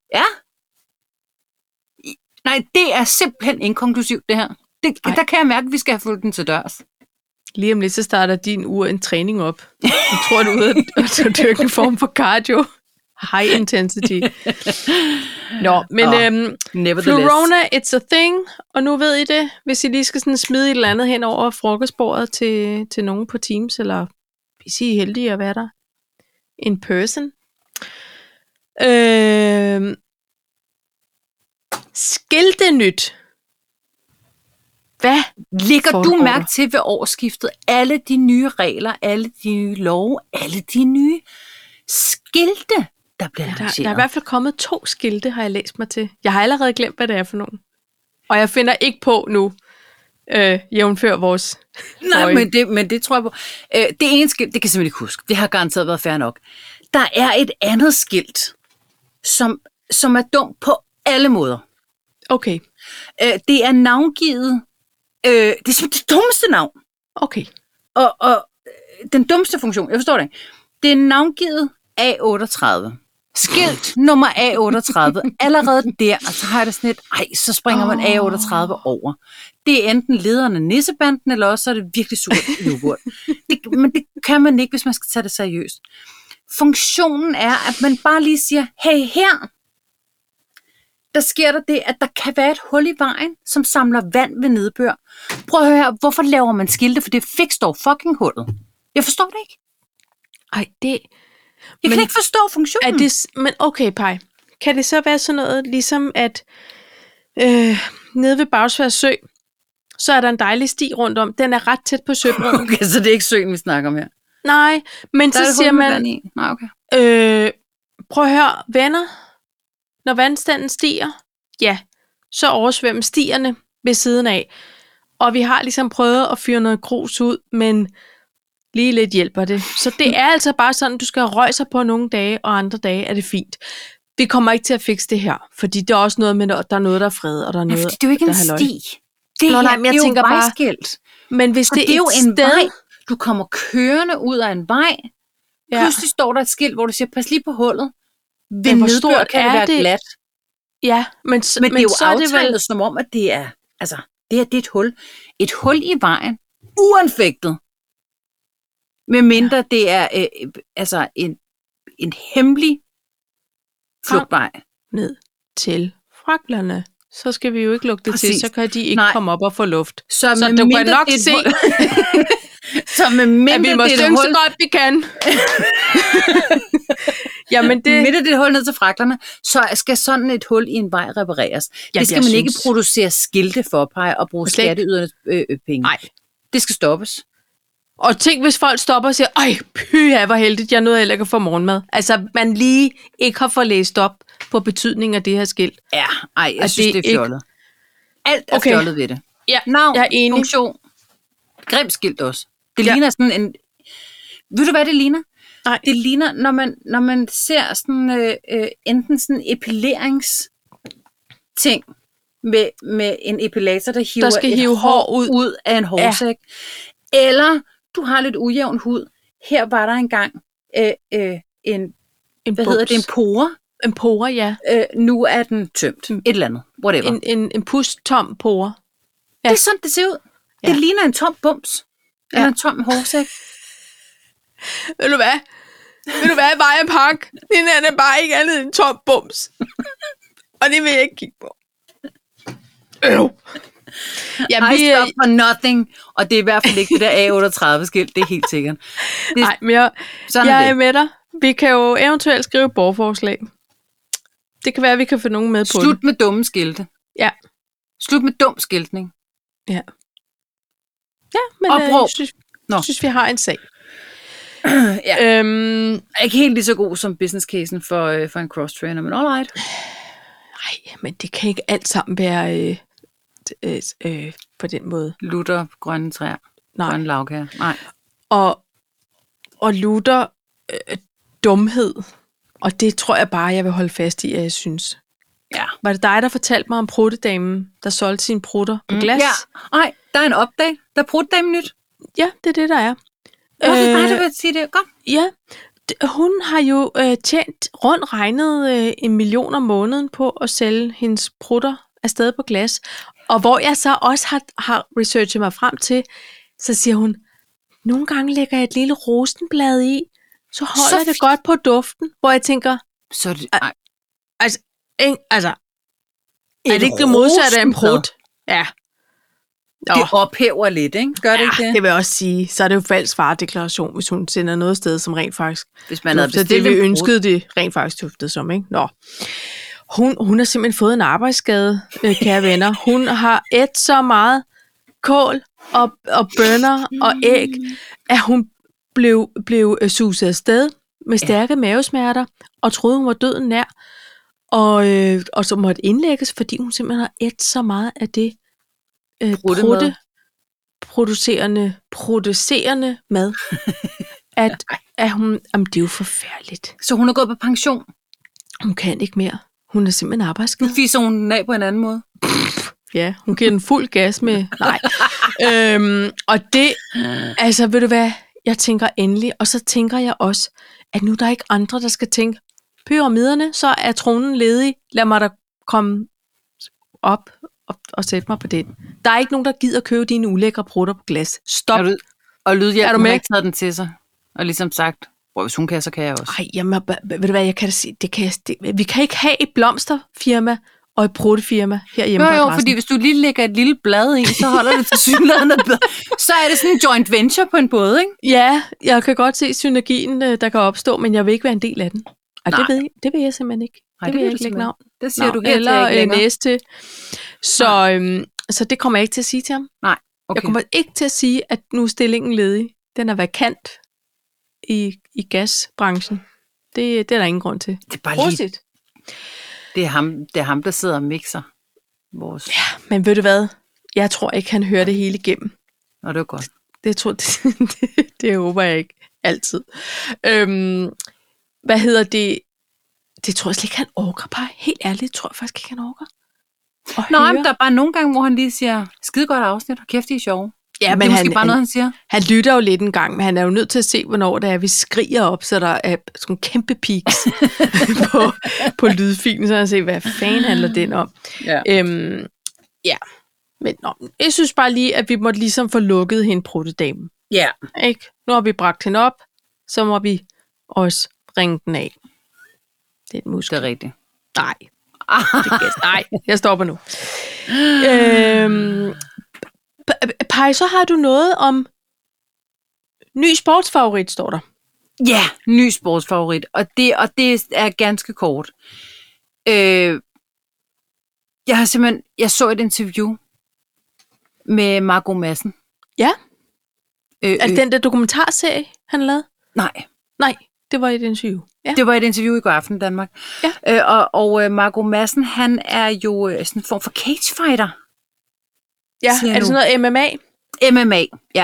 nej, det er simpelthen inkonklusivt, det her. Der kan jeg mærke, at vi skal have fulgt den til dørs. Lige om lidt, så starter din uge en træning op. Jeg tror, du er ude at dyrke en form for cardio. High intensity. Florona, it's a thing. Og nu ved I det, hvis I lige skal sådan smide et eller andet hen over frokostbordet til nogen på Teams, eller hvis I er heldige at være der in person. Skiltenyt. Hvad lægger du mærke til ved årsskiftet? Alle de nye regler, alle de nye love, alle de nye skilte, der bliver lanceret. Der er i hvert fald kommet 2 skilte, har jeg læst mig til. Jeg har allerede glemt, hvad det er for nogen. Og jeg finder ikke på nu, jævnfør vores... Nej, men det tror jeg på. Det ene skilt, det kan jeg simpelthen ikke huske. Det har garanteret været fair nok. Der er et andet skilt, som er dumt på alle måder. Okay. Det er navngivet. Det er simpelthen det dummeste navn. Okay. Og den dummeste funktion, jeg forstår det ikke. Det er navngivet A38. Skilt nummer A38. Allerede der, og så har jeg det sådan lidt, så springer man A38 over. Det er enten lederen af nissebanden, eller også er det virkelig surt yoghurt. Men det kan man ikke, hvis man skal tage det seriøst. Funktionen er, at man bare lige siger, hey, her, der sker der det, at der kan være et hul i vejen, som samler vand ved nedbør. Prøv at høre her, hvorfor laver man skilte, for det fikstår fucking hullet. Jeg forstår det ikke. Jeg kan ikke forstå funktionen. Men okay, Paj. Kan det så være sådan noget, ligesom at nede ved Bagsværd Sø, så er der en dejlig sti rundt om. Den er ret tæt på søbredden. Okay, så det er ikke søen, vi snakker om her? Nej, men så siger man... Nej, okay. Prøv at høre, venner. Når vandstanden stiger, så oversvømmer stierne ved siden af. Og vi har ligesom prøvet at fyre noget grus ud, men lige lidt hjælper det. Så det er altså bare sådan, du skal røge sig på nogle dage, og andre dage er det fint. Vi kommer ikke til at fikse det her, fordi det er også noget med, at der er noget, der er fred, og der er noget, det er jo ikke en sti. Det er jo vejskilt. Men hvis det er jo en vej, du kommer kørende ud af en vej, pludselig står der et skilt, hvor du siger, pas lige på hullet. Ved nedbør kan det være glat. Ja, men det er jo aftalt som om, at det er, det er et hul. Et hul i vejen, uanfægtet. Med mindre det er en hemmelig flugtvej. Ned til fraklerne. Så skal vi jo ikke lukke det til, så kan de ikke komme op og få luft. Så du kan nok se... Så med mindre at vi må synge så godt vi kan. Jamen Midt af det hul ned til fraklerne, så skal sådan et hul i en vej repareres. Ja, Det skal man ikke producere skilte for at pege og bruge skatteydernes penge. Nej. Det skal stoppes. Og tænk, hvis folk stopper og siger, ej, pyha, hvor heldigt, jeg nåede heller ikke at få morgenmad. Altså, man lige ikke har fået læst op på betydningen af det her skilt. Ja, jeg synes, det er fjollet. Alt er fjollet ved det. Ja, Navn, jeg er enig. funktion, grimt skilt også. Det ligner sådan en... Ved du, hvad det ligner? Nej. Det ligner, når man ser sådan enten sådan epileringsting med en epilator, der hiver hår ud af en hårsæk. Ja. Eller du har lidt ujævn hud. Her var der engang en pore. En pore, ja. Nu er den tømt. Et eller andet. Whatever. En pusttom pore. Ja. Det er sådan, det ser ud. Ja. Det ligner en tom bums. Eller en tom hårsæk. Ved du hvad, Maja Park? Den er bare ikke andet end tom bums. Og det vil jeg ikke kigge på. Ja, I stop for nothing. Og det er i hvert fald ikke det der A38-skilt. Det er helt sikkert. Nej, men jeg er med dig. Vi kan jo eventuelt skrive et borgerforslag. Det kan være, at vi kan få nogen med på det. Slut med dumme skilte. Ja. Slut med dum skiltning. Ja. Ja, men jeg synes, vi har en sag. Ja. Ikke helt lige så god som business-casen for en cross-trainer, men alright. Nej, men det kan ikke alt sammen være på den måde. Lutter, grønne træer, grønne lavkager. Nej. Og lutter dumhed. Og det tror jeg bare, jeg vil holde fast i, at jeg synes. Ja. Var det dig, der fortalte mig om pruttedamen, der solgte sine prutter på glas? Ja. Nej, der er en update. Der er pruttedamen nyt. Ja, det er det, der er. Du vil sige det. Kom. Ja, hun har jo tjent rundt regnet 1 million om måneden på at sælge hendes prutter afsted på glas. Og hvor jeg så også har researchet mig frem til, så siger hun, nogle gange lægger jeg et lille rosenblad i, så holder det godt på duften, hvor jeg tænker, så det, er det ikke det modsatte af en prut? Ja. Det ophæver lidt, ikke? Gør det ikke det? Det vil jeg også sige. Så er det jo falsk varedeklaration, hvis hun sender noget sted, som rent faktisk... Hvis man havde bestilt det, vi ønskede det rent faktisk duftede som, ikke? Nå. Hun har simpelthen fået en arbejdsskade, kære venner. Hun har ædt så meget kål og bønner og æg, at hun blev suset afsted med stærke mavesmerter, og troede, hun var døden nær. Og så måtte indlægges, fordi hun simpelthen har ædt så meget af det producerende mad, at hun... Jamen, det er jo forfærdeligt. Så hun er gået på pension? Hun kan ikke mere. Hun er simpelthen arbejdsskade. Nu fiser hun den af på en anden måde. Ja, hun giver den fuld gas med... Nej. Og det... Altså, ved du hvad? Jeg tænker endelig, og så tænker jeg også, at nu der er ikke andre, der skal tænke, pyramiderne, så er tronen ledig. Lad mig da komme op og sætte mig på den. Der er ikke nogen, der gider købe dine ulækre prutter på glas. Stop. Og Lydhjælpen har ikke taget den til sig. Og ligesom sagt, hvis hun kan, så kan jeg også. Ej, jamen, ved du hvad, jeg kan da sige, vi kan ikke have et blomsterfirma og et pruttefirma herhjemme på adressen. Fordi hvis du lige lægger et lille blad i, så holder det til synligheden. Så er det sådan en joint venture på en båd, ikke? Ja, jeg kan godt se synergien, der kan opstå, men jeg vil ikke være en del af den. Og det vil jeg simpelthen ikke. Nej, det vil jeg ikke lægge navn. Det siger du eller næse til. Så det kommer jeg ikke til at sige til ham. Nej, okay. Jeg kommer ikke til at sige, at nu er stillingen ledig. Den er vakant i gasbranchen. Det er der ingen grund til. Det er bare lige... Det er ham, der sidder og mixer vores... Ja, men ved du hvad? Jeg tror ikke, han hører det hele igennem. Nå, det er godt. Det håber jeg ikke altid. Hvad hedder det? Det tror jeg slet ikke, han orker. Bare helt ærligt, tror jeg faktisk ikke, han orker. Nå, men der er bare nogle gange, hvor han lige siger, skide godt afsnit, og kæft, I er sjove. Ja, men det er måske bare noget, han siger. Han lytter jo lidt en gang, men han er jo nødt til at se, hvornår det er, vi skriger op, så der er sådan kæmpe peaks på lydfilen, så han ser, hvad fanden handler den om. Ja. Ja. Men jeg synes bare lige, at vi måtte ligesom få lukket hende pruttedamen. Ja. Ikke? Nu har vi bragt hende op, så må vi også ringe den af. Det er et muskel. Det er rigtigt. Nej. Nej, jeg stopper nu. Paj, så har du noget om ny sportsfavorit, står der. Ja, ny sportsfavorit, og det er ganske kort. Jeg så et interview med Margot Madsen. Ja. Er det den der dokumentarserie, han lavede? Nej, det var et interview. Ja. det var et interview i Godaften Danmark. Ja. Og Margot Madsen, han er jo sådan en form for cagefighter. Ja, er det sådan noget MMA? MMA, ja.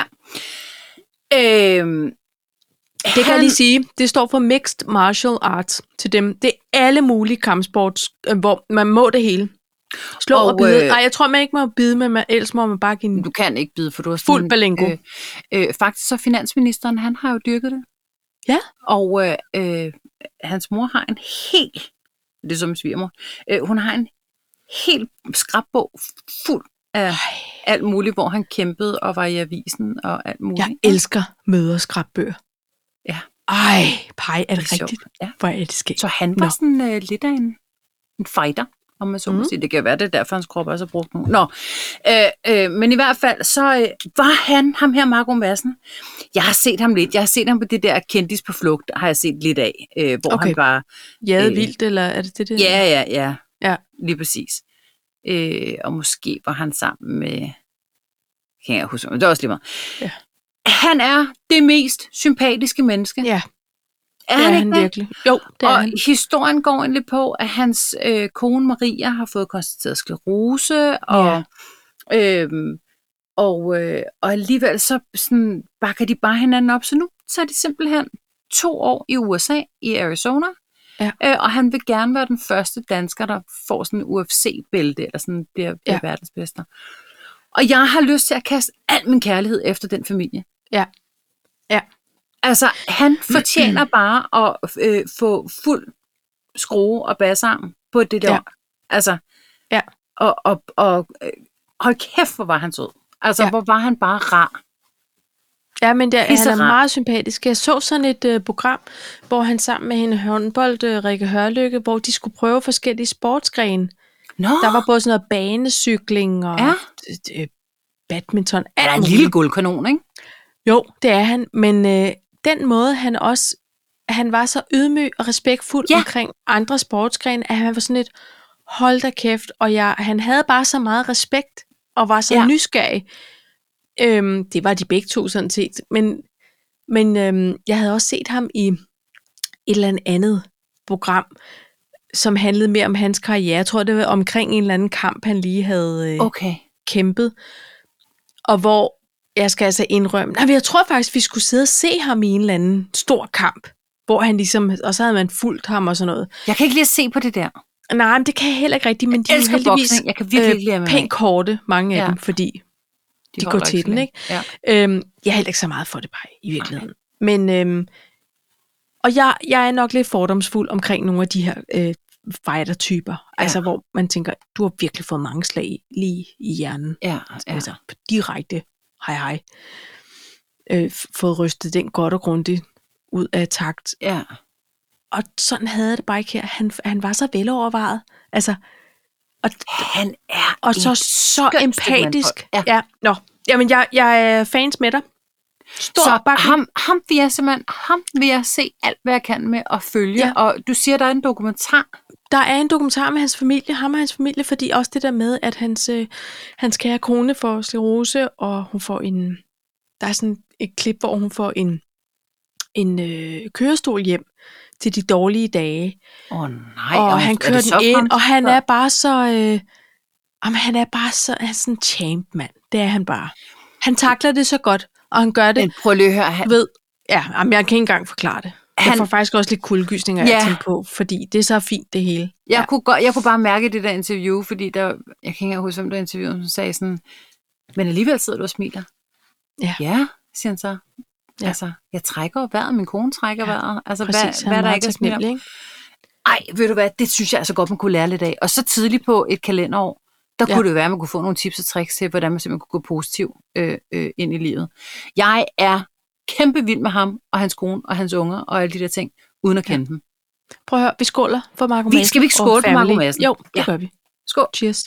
Det kan jeg lige sige. Det står for Mixed Martial Arts til dem. Det er alle mulige kampsports, hvor man må det hele. Slå og bide. Nej, jeg tror, man ikke må bide, men ellers må man bare give en... Du kan ikke bide, for du har fuld balingo. Faktisk så finansministeren, han har jo dyrket det. Ja. Og hans mor har en helt... Det er som svigermor. Hun har en helt skrabbog fuld af alt muligt, hvor han kæmpede og var i avisen og alt muligt. Jeg elsker møderskrabbøger. Ja. Ej, Pej, er det rigtigt? Ja. Hvor er det sket? Så han var sådan lidt af en fighter, om man så må sige. Det kan være, det er derfor, hans krop også har brugt nu. Men i hvert fald, så var ham her, Margot Madsen. Jeg har set ham lidt. Jeg har set ham på det der kendis på flugt, har jeg set lidt af. Hvor han var... Jade vildt, eller er det? Ja. Lige præcis. Og måske var han sammen med... Kan jeg huske, men det er også lige meget. Ja. Han er det mest sympatiske menneske. Ja. Er han virkelig? Jo, det er og han. Historien går egentlig på, at hans kone Maria har fået konstateret sklerose, og alligevel så sådan, bakker de bare hinanden op. Så nu så er de simpelthen 2 år i USA, i Arizona, og han vil gerne være den første dansker, der får sådan en UFC-bælte, eller sådan bliver verdensmester. Og jeg har lyst til at kaste al min kærlighed efter den familie. Ja. Altså, han fortjener bare at få fuld skrue og bassarm på det der. Altså, og hold kæft, hvor var han sød. Altså, hvor var han bare rar. Ja, men han er meget sympatisk. Jeg så sådan et program, hvor han sammen med hende håndbold, Rikke Hørlykke, hvor de skulle prøve forskellige sportsgrene. Der var både sådan noget banecykling og badminton. Er en lille guldkanon, ikke? Jo, det er han, men den måde, han var så ydmyg og respektfuld omkring andre sportsgrene, at han var sådan et, hold da kæft, og han havde bare så meget respekt, og var så nysgerrig. Det var de begge to sådan set, men jeg havde også set ham i et eller andet program, som handlede mere om hans karriere. Jeg tror, det var omkring en eller anden kamp, han lige havde kæmpet, og hvor jeg skal altså indrømme, jeg tror faktisk, vi skulle sidde og se ham i en eller anden stor kamp, hvor han ligesom, og så havde man fulgt ham og sådan noget. Jeg kan ikke lige se på det der. Nej, men det kan jeg heller ikke rigtigt, men de er jo heldigvis pænt korte, mange af dem, fordi de går til den, ikke? Ja. Jeg er heller ikke så meget for det bare, i virkeligheden. Men, og jeg er nok lidt fordomsfuld omkring nogle af de her fighter-typer, altså hvor man tænker, du har virkelig fået mange slag lige i hjernen. Altså direkte. Hej. Fået rystet den godt og grundigt ud af takt. Ja. Og sådan havde det bare ikke her. Han var så velovervejet. Altså, han er og så empatisk. Ja. Jamen, jeg er fans med dig. Ham vil jeg se alt, hvad jeg kan med at følge. Ja. Og du siger, der er en dokumentar. Der er en dokumentar med hans familie, ham og hans familie, fordi også det der med, at hans kære kone får sklerose, og hun får der er sådan et klip, hvor hun får en kørestol hjem til de dårlige dage. Nej. Og han kører den ind, og han er bare så, han er sådan en champ, mand. Det er han bare. Han takler det så godt, og han gør det. Men prøv lige at høre. Jeg kan ikke engang forklare det. Jeg får faktisk også lidt kuldegysninger af at tænke på, fordi det er så fint, det hele. Jeg kunne bare mærke det der interview, fordi jeg kan ikke engang huske, hvem der interviewede, som sagde sådan, men alligevel sidder du og smiler. Ja, siger han så. Ja. Altså, jeg trækker vejret, min kone trækker vejret. Altså, præcis, hvad der ikke er smil. Ej, ved du hvad, det synes jeg altså godt, man kunne lære lidt af. Og så tidligt på et kalenderår, der kunne det være, at man kunne få nogle tips og tricks til, hvordan man simpelthen kunne gå positivt ind i livet. Jeg er kæmpe vild med ham, og hans kone, og hans unger, og alle de der ting, uden at kende dem. Prøv at høre, vi skåler for Margot Madsen. Skal vi ikke skåle for Margot Madsen? Jo, det gør vi. Skål. Cheers.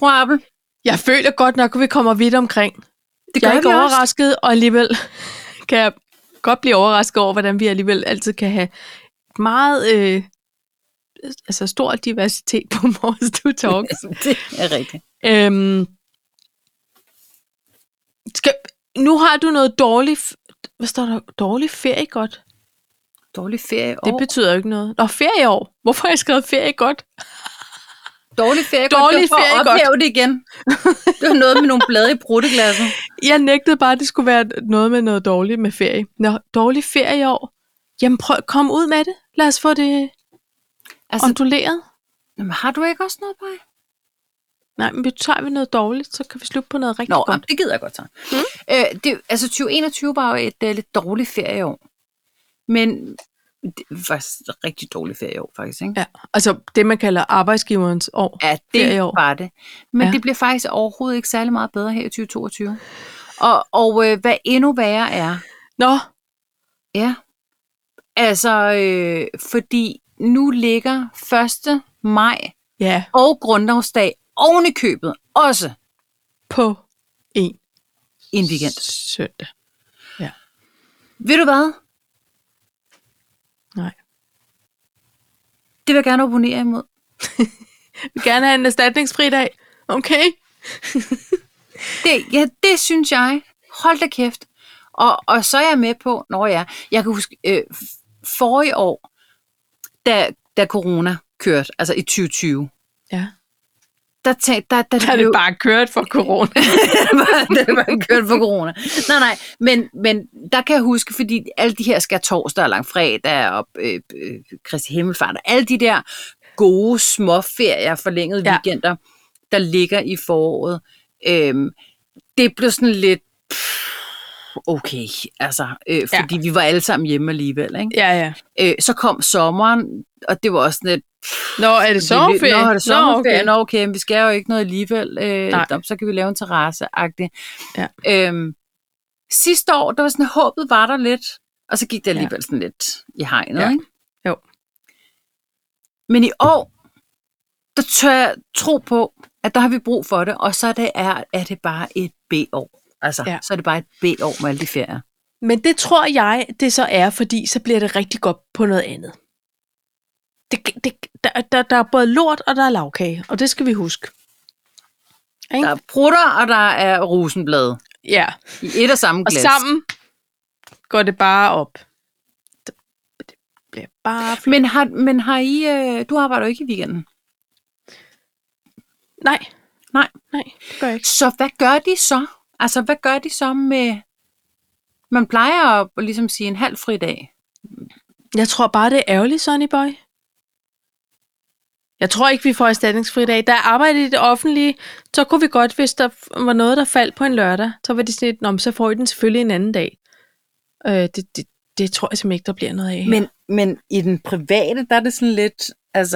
fru Appel? Jeg føler godt nok, at vi kommer vidt omkring. Det Jeg er gør ikke vi også. overrasket, og alligevel kan jeg godt blive overrasket over, hvordan vi alligevel altid kan have meget stor diversitet på vores Two Talks. Det er rigtigt. Nu har du noget dårligt... Hvad står der? Dårlig ferie godt? Dårlig ferie Det betyder jo ikke noget. Nå, ferieår. Hvorfor har jeg skrevet ferie godt? Dårlig ferie Dårlig godt. ferie godt. Ophæve det igen. Det var noget med nogle blade i brutteglasset. Jeg nægtede bare, at det skulle være noget med noget dårligt med ferie. Nå, dårlig ferieår. Jamen prøv, kom ud med det. Lad os få det onduleret. Jamen, har du ikke også noget på? Nej, men tager vi noget dårligt, så kan vi slutte på noget rigtig godt. Nå, det gider jeg godt så. 2021 var jo et lidt dårligt ferieår. Men det var faktisk et rigtig dårligt ferieår, faktisk. Ikke? Ja, altså det, man kalder arbejdsgiverens år. Ja, det ferieår. var det. Men det bliver faktisk overhovedet ikke særlig meget bedre her i 2022. Og hvad endnu værre er... Nå. Ja. Altså, fordi nu ligger 1. maj og grundlovsdag oven i købet også på en weekend. Søndag. Ja. Ved du hvad? Nej. Det vil jeg gerne abonnere imod. Jeg vil gerne have en erstatningsfri dag. Okay? det synes jeg. Hold da kæft. Og så er jeg med på, jeg kan huske, forrige år, da corona kørte, altså i 2020, der er det bare kørt for corona. det er bare kørt for corona. Nej, men der kan jeg huske, fordi alle de her skærtorsdag og langfredag og Kristi Himmelfart, alle de der gode småferier, forlængede weekender, der ligger i foråret, det blev sådan lidt okay, altså, fordi vi var alle sammen hjemme alligevel, ikke? Ja. Så kom sommeren, og det var også lidt... Nå, er det sommerferie? Nå, er det sommerferie? Nå, okay, men vi skal jo ikke noget alligevel. Så kan vi lave en terrasse-agtigt. Ja. Sidste år, der var sådan, håbet var der lidt, og så gik det alligevel sådan lidt i hegnet, ikke? Jo. Men i år, der tør jeg tro på, at der har vi brug for det, og så er det bare et B-år. Altså, så er det bare et B-år med alle de ferier. Men det tror jeg, det så er, fordi så bliver det rigtig godt på noget andet. Der er både lort, og der er lavkage, og det skal vi huske. Ikke? Der er prutter, og der er rosenblade. Ja. I et og samme glas. Og sammen går det bare op. Det bliver bare... Men har I... du arbejder jo ikke i weekenden. Nej, det gør jeg ikke. Så hvad gør de så? Altså, hvad gør de så med... Man plejer at ligesom sige en halv fridag. Jeg tror bare, det er ærgerligt, Sonny Boy. Jeg tror ikke, vi får erstatningsfri dag. Da jeg arbejdede i det offentlige, så kunne vi godt, hvis der var noget, der faldt på en lørdag, så var det sådan, så får I den selvfølgelig en anden dag. Det tror jeg simpelthen ikke, der bliver noget af her. Men i den private, der er det sådan lidt... Altså...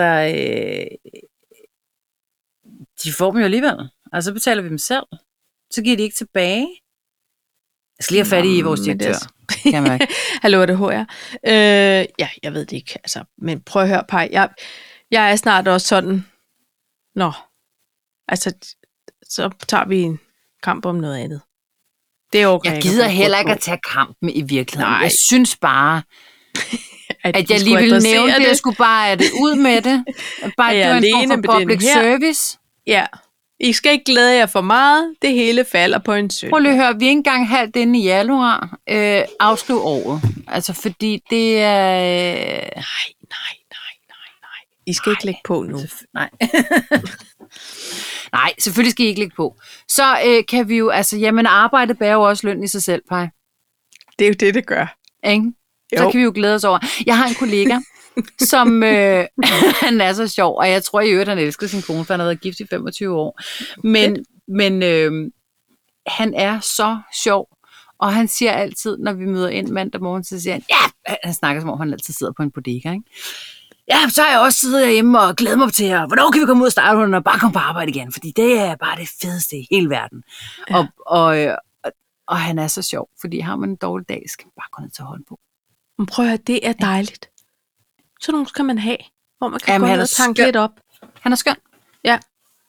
de får dem jo alligevel. Altså, så betaler vi dem selv. Så giver de ikke tilbage. Jeg skal lige have fat i vores direktør. Kan man ikke? Hallo, er det HR? Jeg ved det ikke. Altså, men prøv at høre, Paj. Jeg er snart også sådan... Nå. Altså, så tager vi en kamp om noget andet. Det er okay. Jeg gider heller ikke at tage kampen i virkeligheden. Nej. Jeg synes bare... at jeg lige ville nævne det. Jeg skulle bare have det ud med det. Bare det var en form for public service. Ja. I skal ikke glæde jer for meget. Det hele falder på en søndag. Prøv lige at høre, vi er ikke engang halvt inde i januar. Afskriv året. Altså, fordi det er... Nej. I skal ikke lægge på nu. Nej. Nej, selvfølgelig skal I ikke lægge på. Så kan vi jo... Altså, jamen, arbejdet bærer jo også løn i sig selv, Paj. Det er jo det gør. Ikke? Så kan vi jo glæde os over. Jeg har en kollega, som han er så sjov, og jeg tror i øvrigt, han elsker sin kone, for han har været gift i 25 år. Men han er så sjov, og han siger altid, når vi møder ind mandag morgen, så siger han, han snakker som om, han altid sidder på en bodega, ikke? Ja, så har jeg også siddet hjemme og glædet mig til jer. Hvornår kan vi komme ud og starte og bare komme på arbejde igen? Fordi det er bare det fedeste i hele verden. Ja. Og han er så sjov, fordi har man en dårlig dag, skal man bare gå ned til at holde på. Men prøv at høre, det er dejligt. Så nogle kan man have, hvor man kan gå ned og tanke lidt op. Han er skøn. Ja.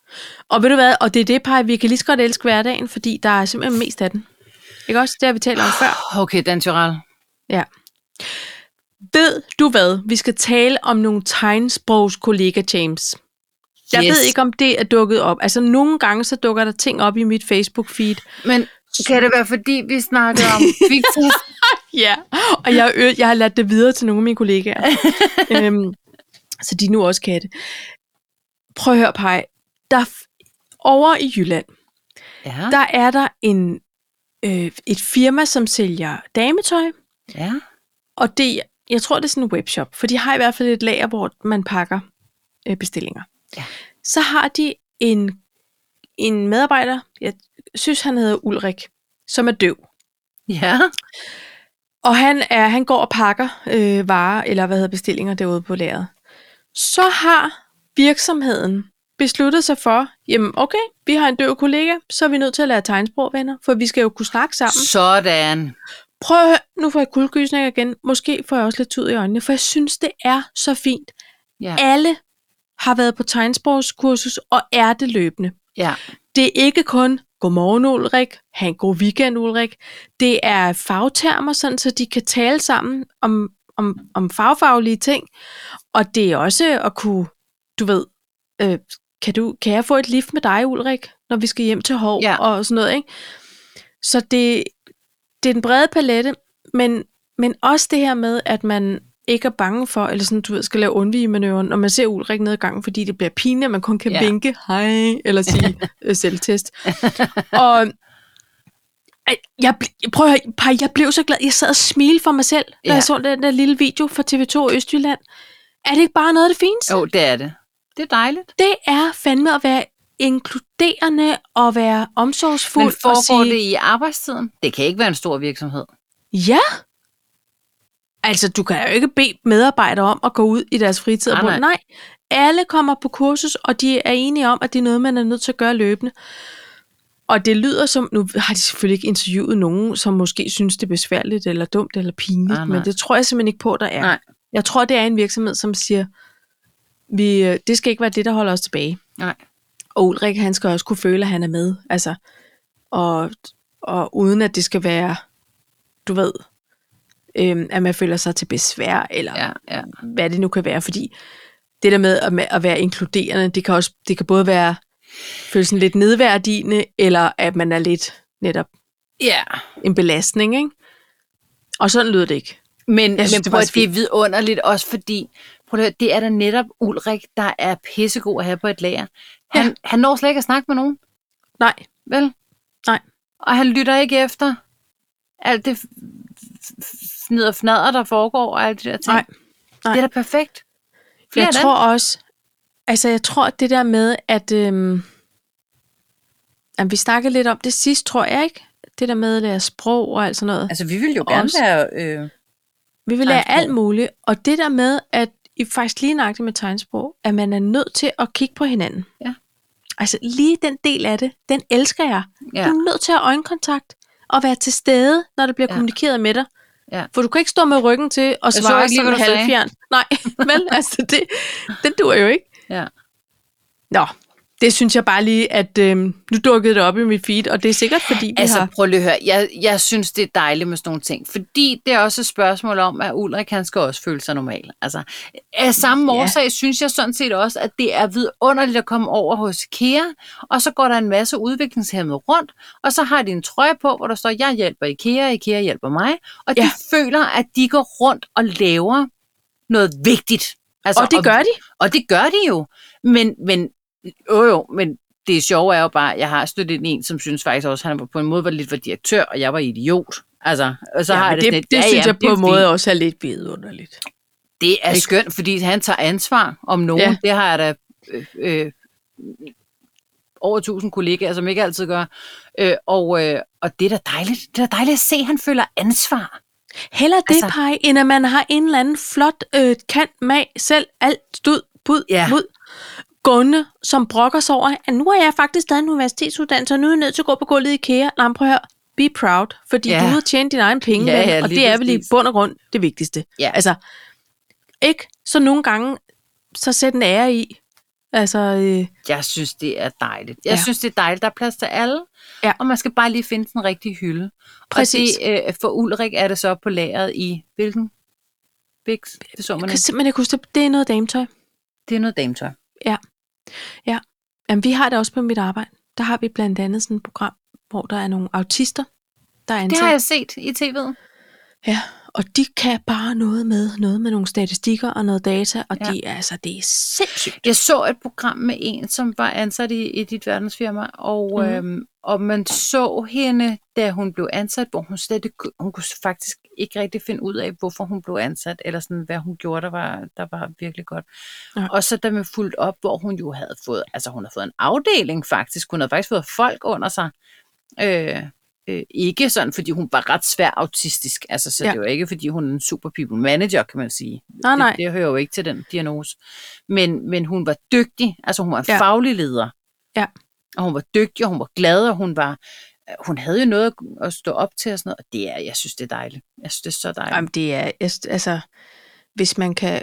Og ved du hvad, og det er det, Paj, vi kan lige så godt elske hverdagen, fordi der er simpelthen mest af den. Ikke også? Det har vi talt om før. Okay, Dan Tyrell. Ja. Ved du hvad? Vi skal tale om nogle tegnsprogskollega, James. Jeg ved ikke, om det er dukket op. Altså, nogle gange så dukker der ting op i mit Facebook-feed. Men kan det være, fordi vi snakker om Victor? Ja, og jeg har ladt det videre til nogle af mine kollegaer. Så de nu også kan det. Prøv at høre, Paj. Over i Jylland, der er der et firma, som sælger dametøj. Ja. Og jeg tror, det er sådan en webshop, for de har i hvert fald et lager, hvor man pakker bestillinger. Ja. Så har de en medarbejder, jeg synes, han hedder Ulrik, som er døv. Ja. Og han går og pakker varer, eller bestillinger derude på lageret. Så har virksomheden besluttet sig for, jamen okay, vi har en døv kollega, så er vi nødt til at lære tegnsprog, venner, for vi skal jo kunne snakke sammen. Sådan. Prøv at høre, nu får jeg kuldegysninger igen. Måske får jeg også lidt tud i øjnene, for jeg synes, det er så fint. Ja. Alle har været på tegnsprogskursus, og er det løbende. Ja. Det er ikke kun, godmorgen Ulrik, ha' en god weekend Ulrik. Det er fagtermer, sådan, så de kan tale sammen om fagfaglige ting. Og det er også at kunne, du ved, kan jeg få et lift med dig, Ulrik, når vi skal hjem til Hov, og sådan noget, ikke? Så det er den brede palette, men også det her med, at man ikke er bange for, eller sådan, du ved, skal lave undvigemanøvren, når man ser Ulrik ned ad gangen, fordi det bliver pinligt, at man kun kan vinke, hej, eller sige selvtest. Og jeg blev så glad. Jeg sad og smilte for mig selv, da jeg så den der lille video fra TV2 Østjylland. Er det ikke bare noget af det fineste? Jo, det er det. Det er dejligt. Det er fandme at være inkluderende og være omsorgsfuld. Men foregår det i arbejdstiden? Det kan ikke være en stor virksomhed. Ja. Altså, du kan jo ikke bede medarbejdere om at gå ud i deres fritid. Nej, alle kommer på kursus, og de er enige om, at det er noget, man er nødt til at gøre løbende. Og det lyder som, nu har de selvfølgelig ikke interviewet nogen, som måske synes, det er besværligt, eller dumt, eller pinligt, men det tror jeg simpelthen ikke på, der er. Nej. Jeg tror, det er en virksomhed, som siger, det skal ikke være det, der holder os tilbage. Nej. Og Ulrik, han skal også kunne føle, at han er med. Altså, og uden at det skal være, du ved, at man føler sig til besvær, eller hvad det nu kan være. Fordi det der med at være inkluderende, det kan både være følelsen lidt nedværdigende, eller at man er lidt netop en belastning, ikke? Og sådan lyder det ikke. Men prøv at det er vidunderligt også, fordi prøv at høre, det er da netop Ulrik, der er pissegod at have på et lager. Han når slet ikke at snakke med nogen. Nej. Vel? Nej. Og han lytter ikke efter alt det fnader, der foregår, og alt det der ting. Nej. Det er da perfekt. Jeg tror også, jeg tror det der med, at vi snakkede lidt om det sidst, tror jeg ikke. Det der med at lære sprog og alt sådan noget. Altså, vi vil jo gerne lære vi vil lære alt muligt. Og det der med, at I faktisk lige nøjagtigt med tegnsprog, at man er nødt til at kigge på hinanden. Ja. Altså, lige den del af det, den elsker jeg. Ja. Du er nødt til at have øjenkontakt og være til stede, når der bliver kommunikeret med dig. Ja. For du kan ikke stå med ryggen til og svare sådan halvfjern. Nej, vel? Altså, det duer jo ikke. Ja. Nå, det synes jeg bare lige, at nu dukkede det op i mit feed, og det er sikkert, fordi vi har... prøv lige at høre, jeg synes, det er dejligt med sådan nogle ting, fordi det er også et spørgsmål om, at Ulrik, han skal også føle sig normal. Altså, af samme årsag synes jeg sådan set også, at det er vidunderligt at komme over hos IKEA, og så går der en masse udviklingshæmmede rundt, og så har de en trøje på, hvor der står, jeg hjælper IKEA, IKEA hjælper mig, og de føler, at de går rundt og laver noget vigtigt. Altså, og det gør de. Og det gør de jo, men det sjove er jo bare, at jeg har støttet en, som synes faktisk også, at han på en måde var direktør, og jeg var idiot. Altså, og så har jeg det synes jeg på en måde også er lidt vidunderligt. Det er skønt, fordi han tager ansvar om nogen. Ja. Det har jeg da over 1000 kollegaer, som ikke altid gør. Og det er da dejligt. Det er da dejligt at se, at han føler ansvar. Heller det, Paj, end at man har en eller anden flot kant med selv, alt stud, bud, mud, gående, som brokker sig over, at nu er jeg faktisk stadig en universitetsuddannelse, og nu er jeg nødt til at gå på gulvet i IKEA. Lad mig prøve at høre. Be proud, fordi du har tjent dine egne penge, og det er vel i bund og grund det vigtigste. Ja. Altså, ikke? Så nogle gange, så sæt en ære i, Altså, Jeg synes, det er dejligt. Jeg synes, det er dejligt. Der er plads til alle, Ja. og man skal bare lige finde den rigtige hylde. Præcis. Og det, for Ulrik er det så på lageret i hvilken? Bix? Det så man jeg kan ikke. simpelthen ikke huske det. Det er noget dametøj. Det er noget dametøj. Ja. Jamen, vi har det også på mit arbejde. Der har vi blandt andet sådan et program, hvor der er nogle autister, der er ansat. Det har jeg set i tv'et. Ja, og de kan bare noget med nogle statistikker og noget data, og det er sindssygt. Jeg så et program med en, som var ansat i dit verdensfirma, og man så hende, da hun blev ansat, hvor hun kunne faktisk ikke rigtig finde ud af, hvorfor hun blev ansat, eller sådan, hvad hun gjorde, der var virkelig godt. Ja. Og så da man fulgt op, hvor hun jo havde fået, altså hun havde fået en afdeling faktisk, hun havde faktisk fået folk under sig, ikke sådan, fordi hun var ret svær autistisk, altså så det var ikke, fordi hun er en super people manager, kan man sige. Nej. Det hører jo ikke til den diagnose. Men hun var dygtig, altså hun var en faglig leder. Ja. Og hun var dygtig, og hun var glad, og hun havde jo noget at stå op til og sådan noget, og jeg synes, det er dejligt. Jeg synes, det er så dejligt. Jamen, det er, altså, hvis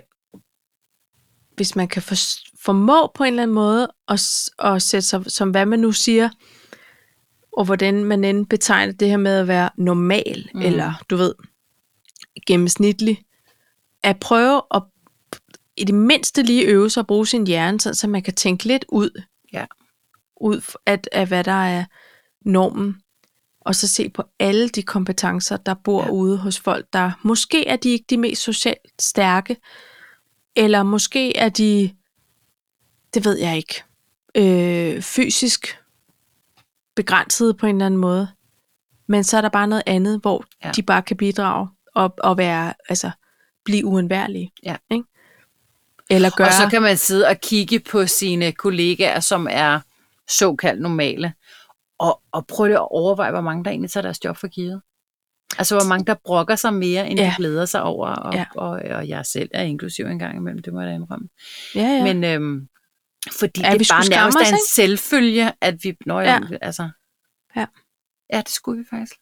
man kan formå på en eller anden måde at sætte sig, som hvad man nu siger, og hvordan man end betegner det her med at være normal, eller du ved, gennemsnitlig, at prøve at i det mindste lige øve sig at bruge sin hjerne, så man kan tænke lidt ud af hvad der er normen, og så se på alle de kompetencer, der bor ude hos folk, der måske er de ikke de mest socialt stærke, eller måske er de, det ved jeg ikke, fysisk begrænsede på en eller anden måde. Men så er der bare noget andet, hvor de bare kan bidrage og være, altså, blive uundværlige. Ja. Ikke? Eller gøre... Og så kan man sidde og kigge på sine kollegaer, som er såkaldt normale, og prøve at overveje, hvor mange der egentlig tager deres job for givet. Altså, hvor mange der brokker sig mere, end de glæder sig over, og jeg selv er inklusiv en gang imellem, det må jeg da indrømme. Ja. Men fordi det er bare nærmest en selvfølge, at vi... altså... Ja, det skulle vi faktisk.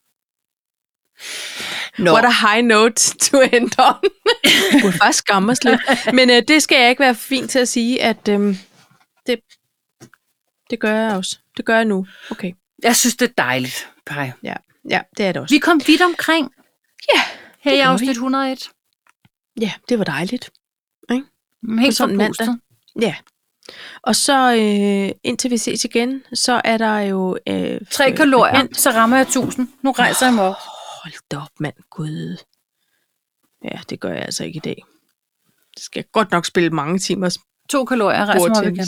What a high note to end on. Du burde faktisk skamme os lidt. Men det skal jeg ikke være fint til at sige, at det gør jeg også. Det gør jeg nu. Okay. Jeg synes, det er dejligt, Paj. Ja, det er det også. Vi kom vidt omkring. Ja. Her i afsnit 101. Ja, det var dejligt. Ikke? Helt sådan mandag. Ja. Og så indtil vi ses igen, så er der jo... 3 kalorier, så rammer jeg 1000. Nu rejser jeg mig op. Hold da op, mand. Gud. Ja, det gør jeg altså ikke i dag. Det skal jeg godt nok spille mange timers 2 kalorier, rejser mig op igen.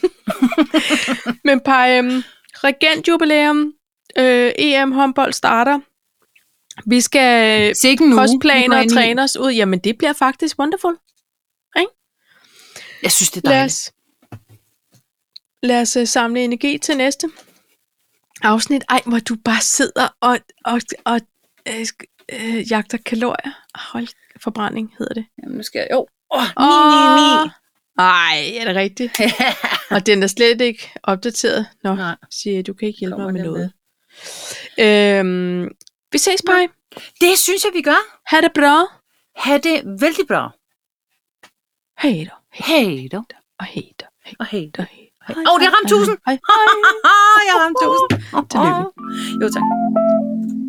Men Paj, regentjubilæum, EM-håndbold starter. Vi skal crossplane og træne os ud. Jamen, det bliver faktisk wonderful. Ikke? Jeg synes, det er dejligt. Lad os samle energi til næste afsnit. Ej, hvor du bare sidder og jagter kalorier. Hold, forbrænding hedder det. Jamen, nu skal jeg... Jo. 9. Ej, er det rigtigt? Og den er slet ikke opdateret. Nå, siger du kan ikke hjælpe mig med noget. Vi ses, Paj. Det synes jeg, vi gør. Ha' det bra. Ha' det vældig bra. Hej då. Hej då. Og hej då. Og hej då. Det har ramt 1000. Hej. Jeg har ramt 1000. Tillykke. Jo, tak.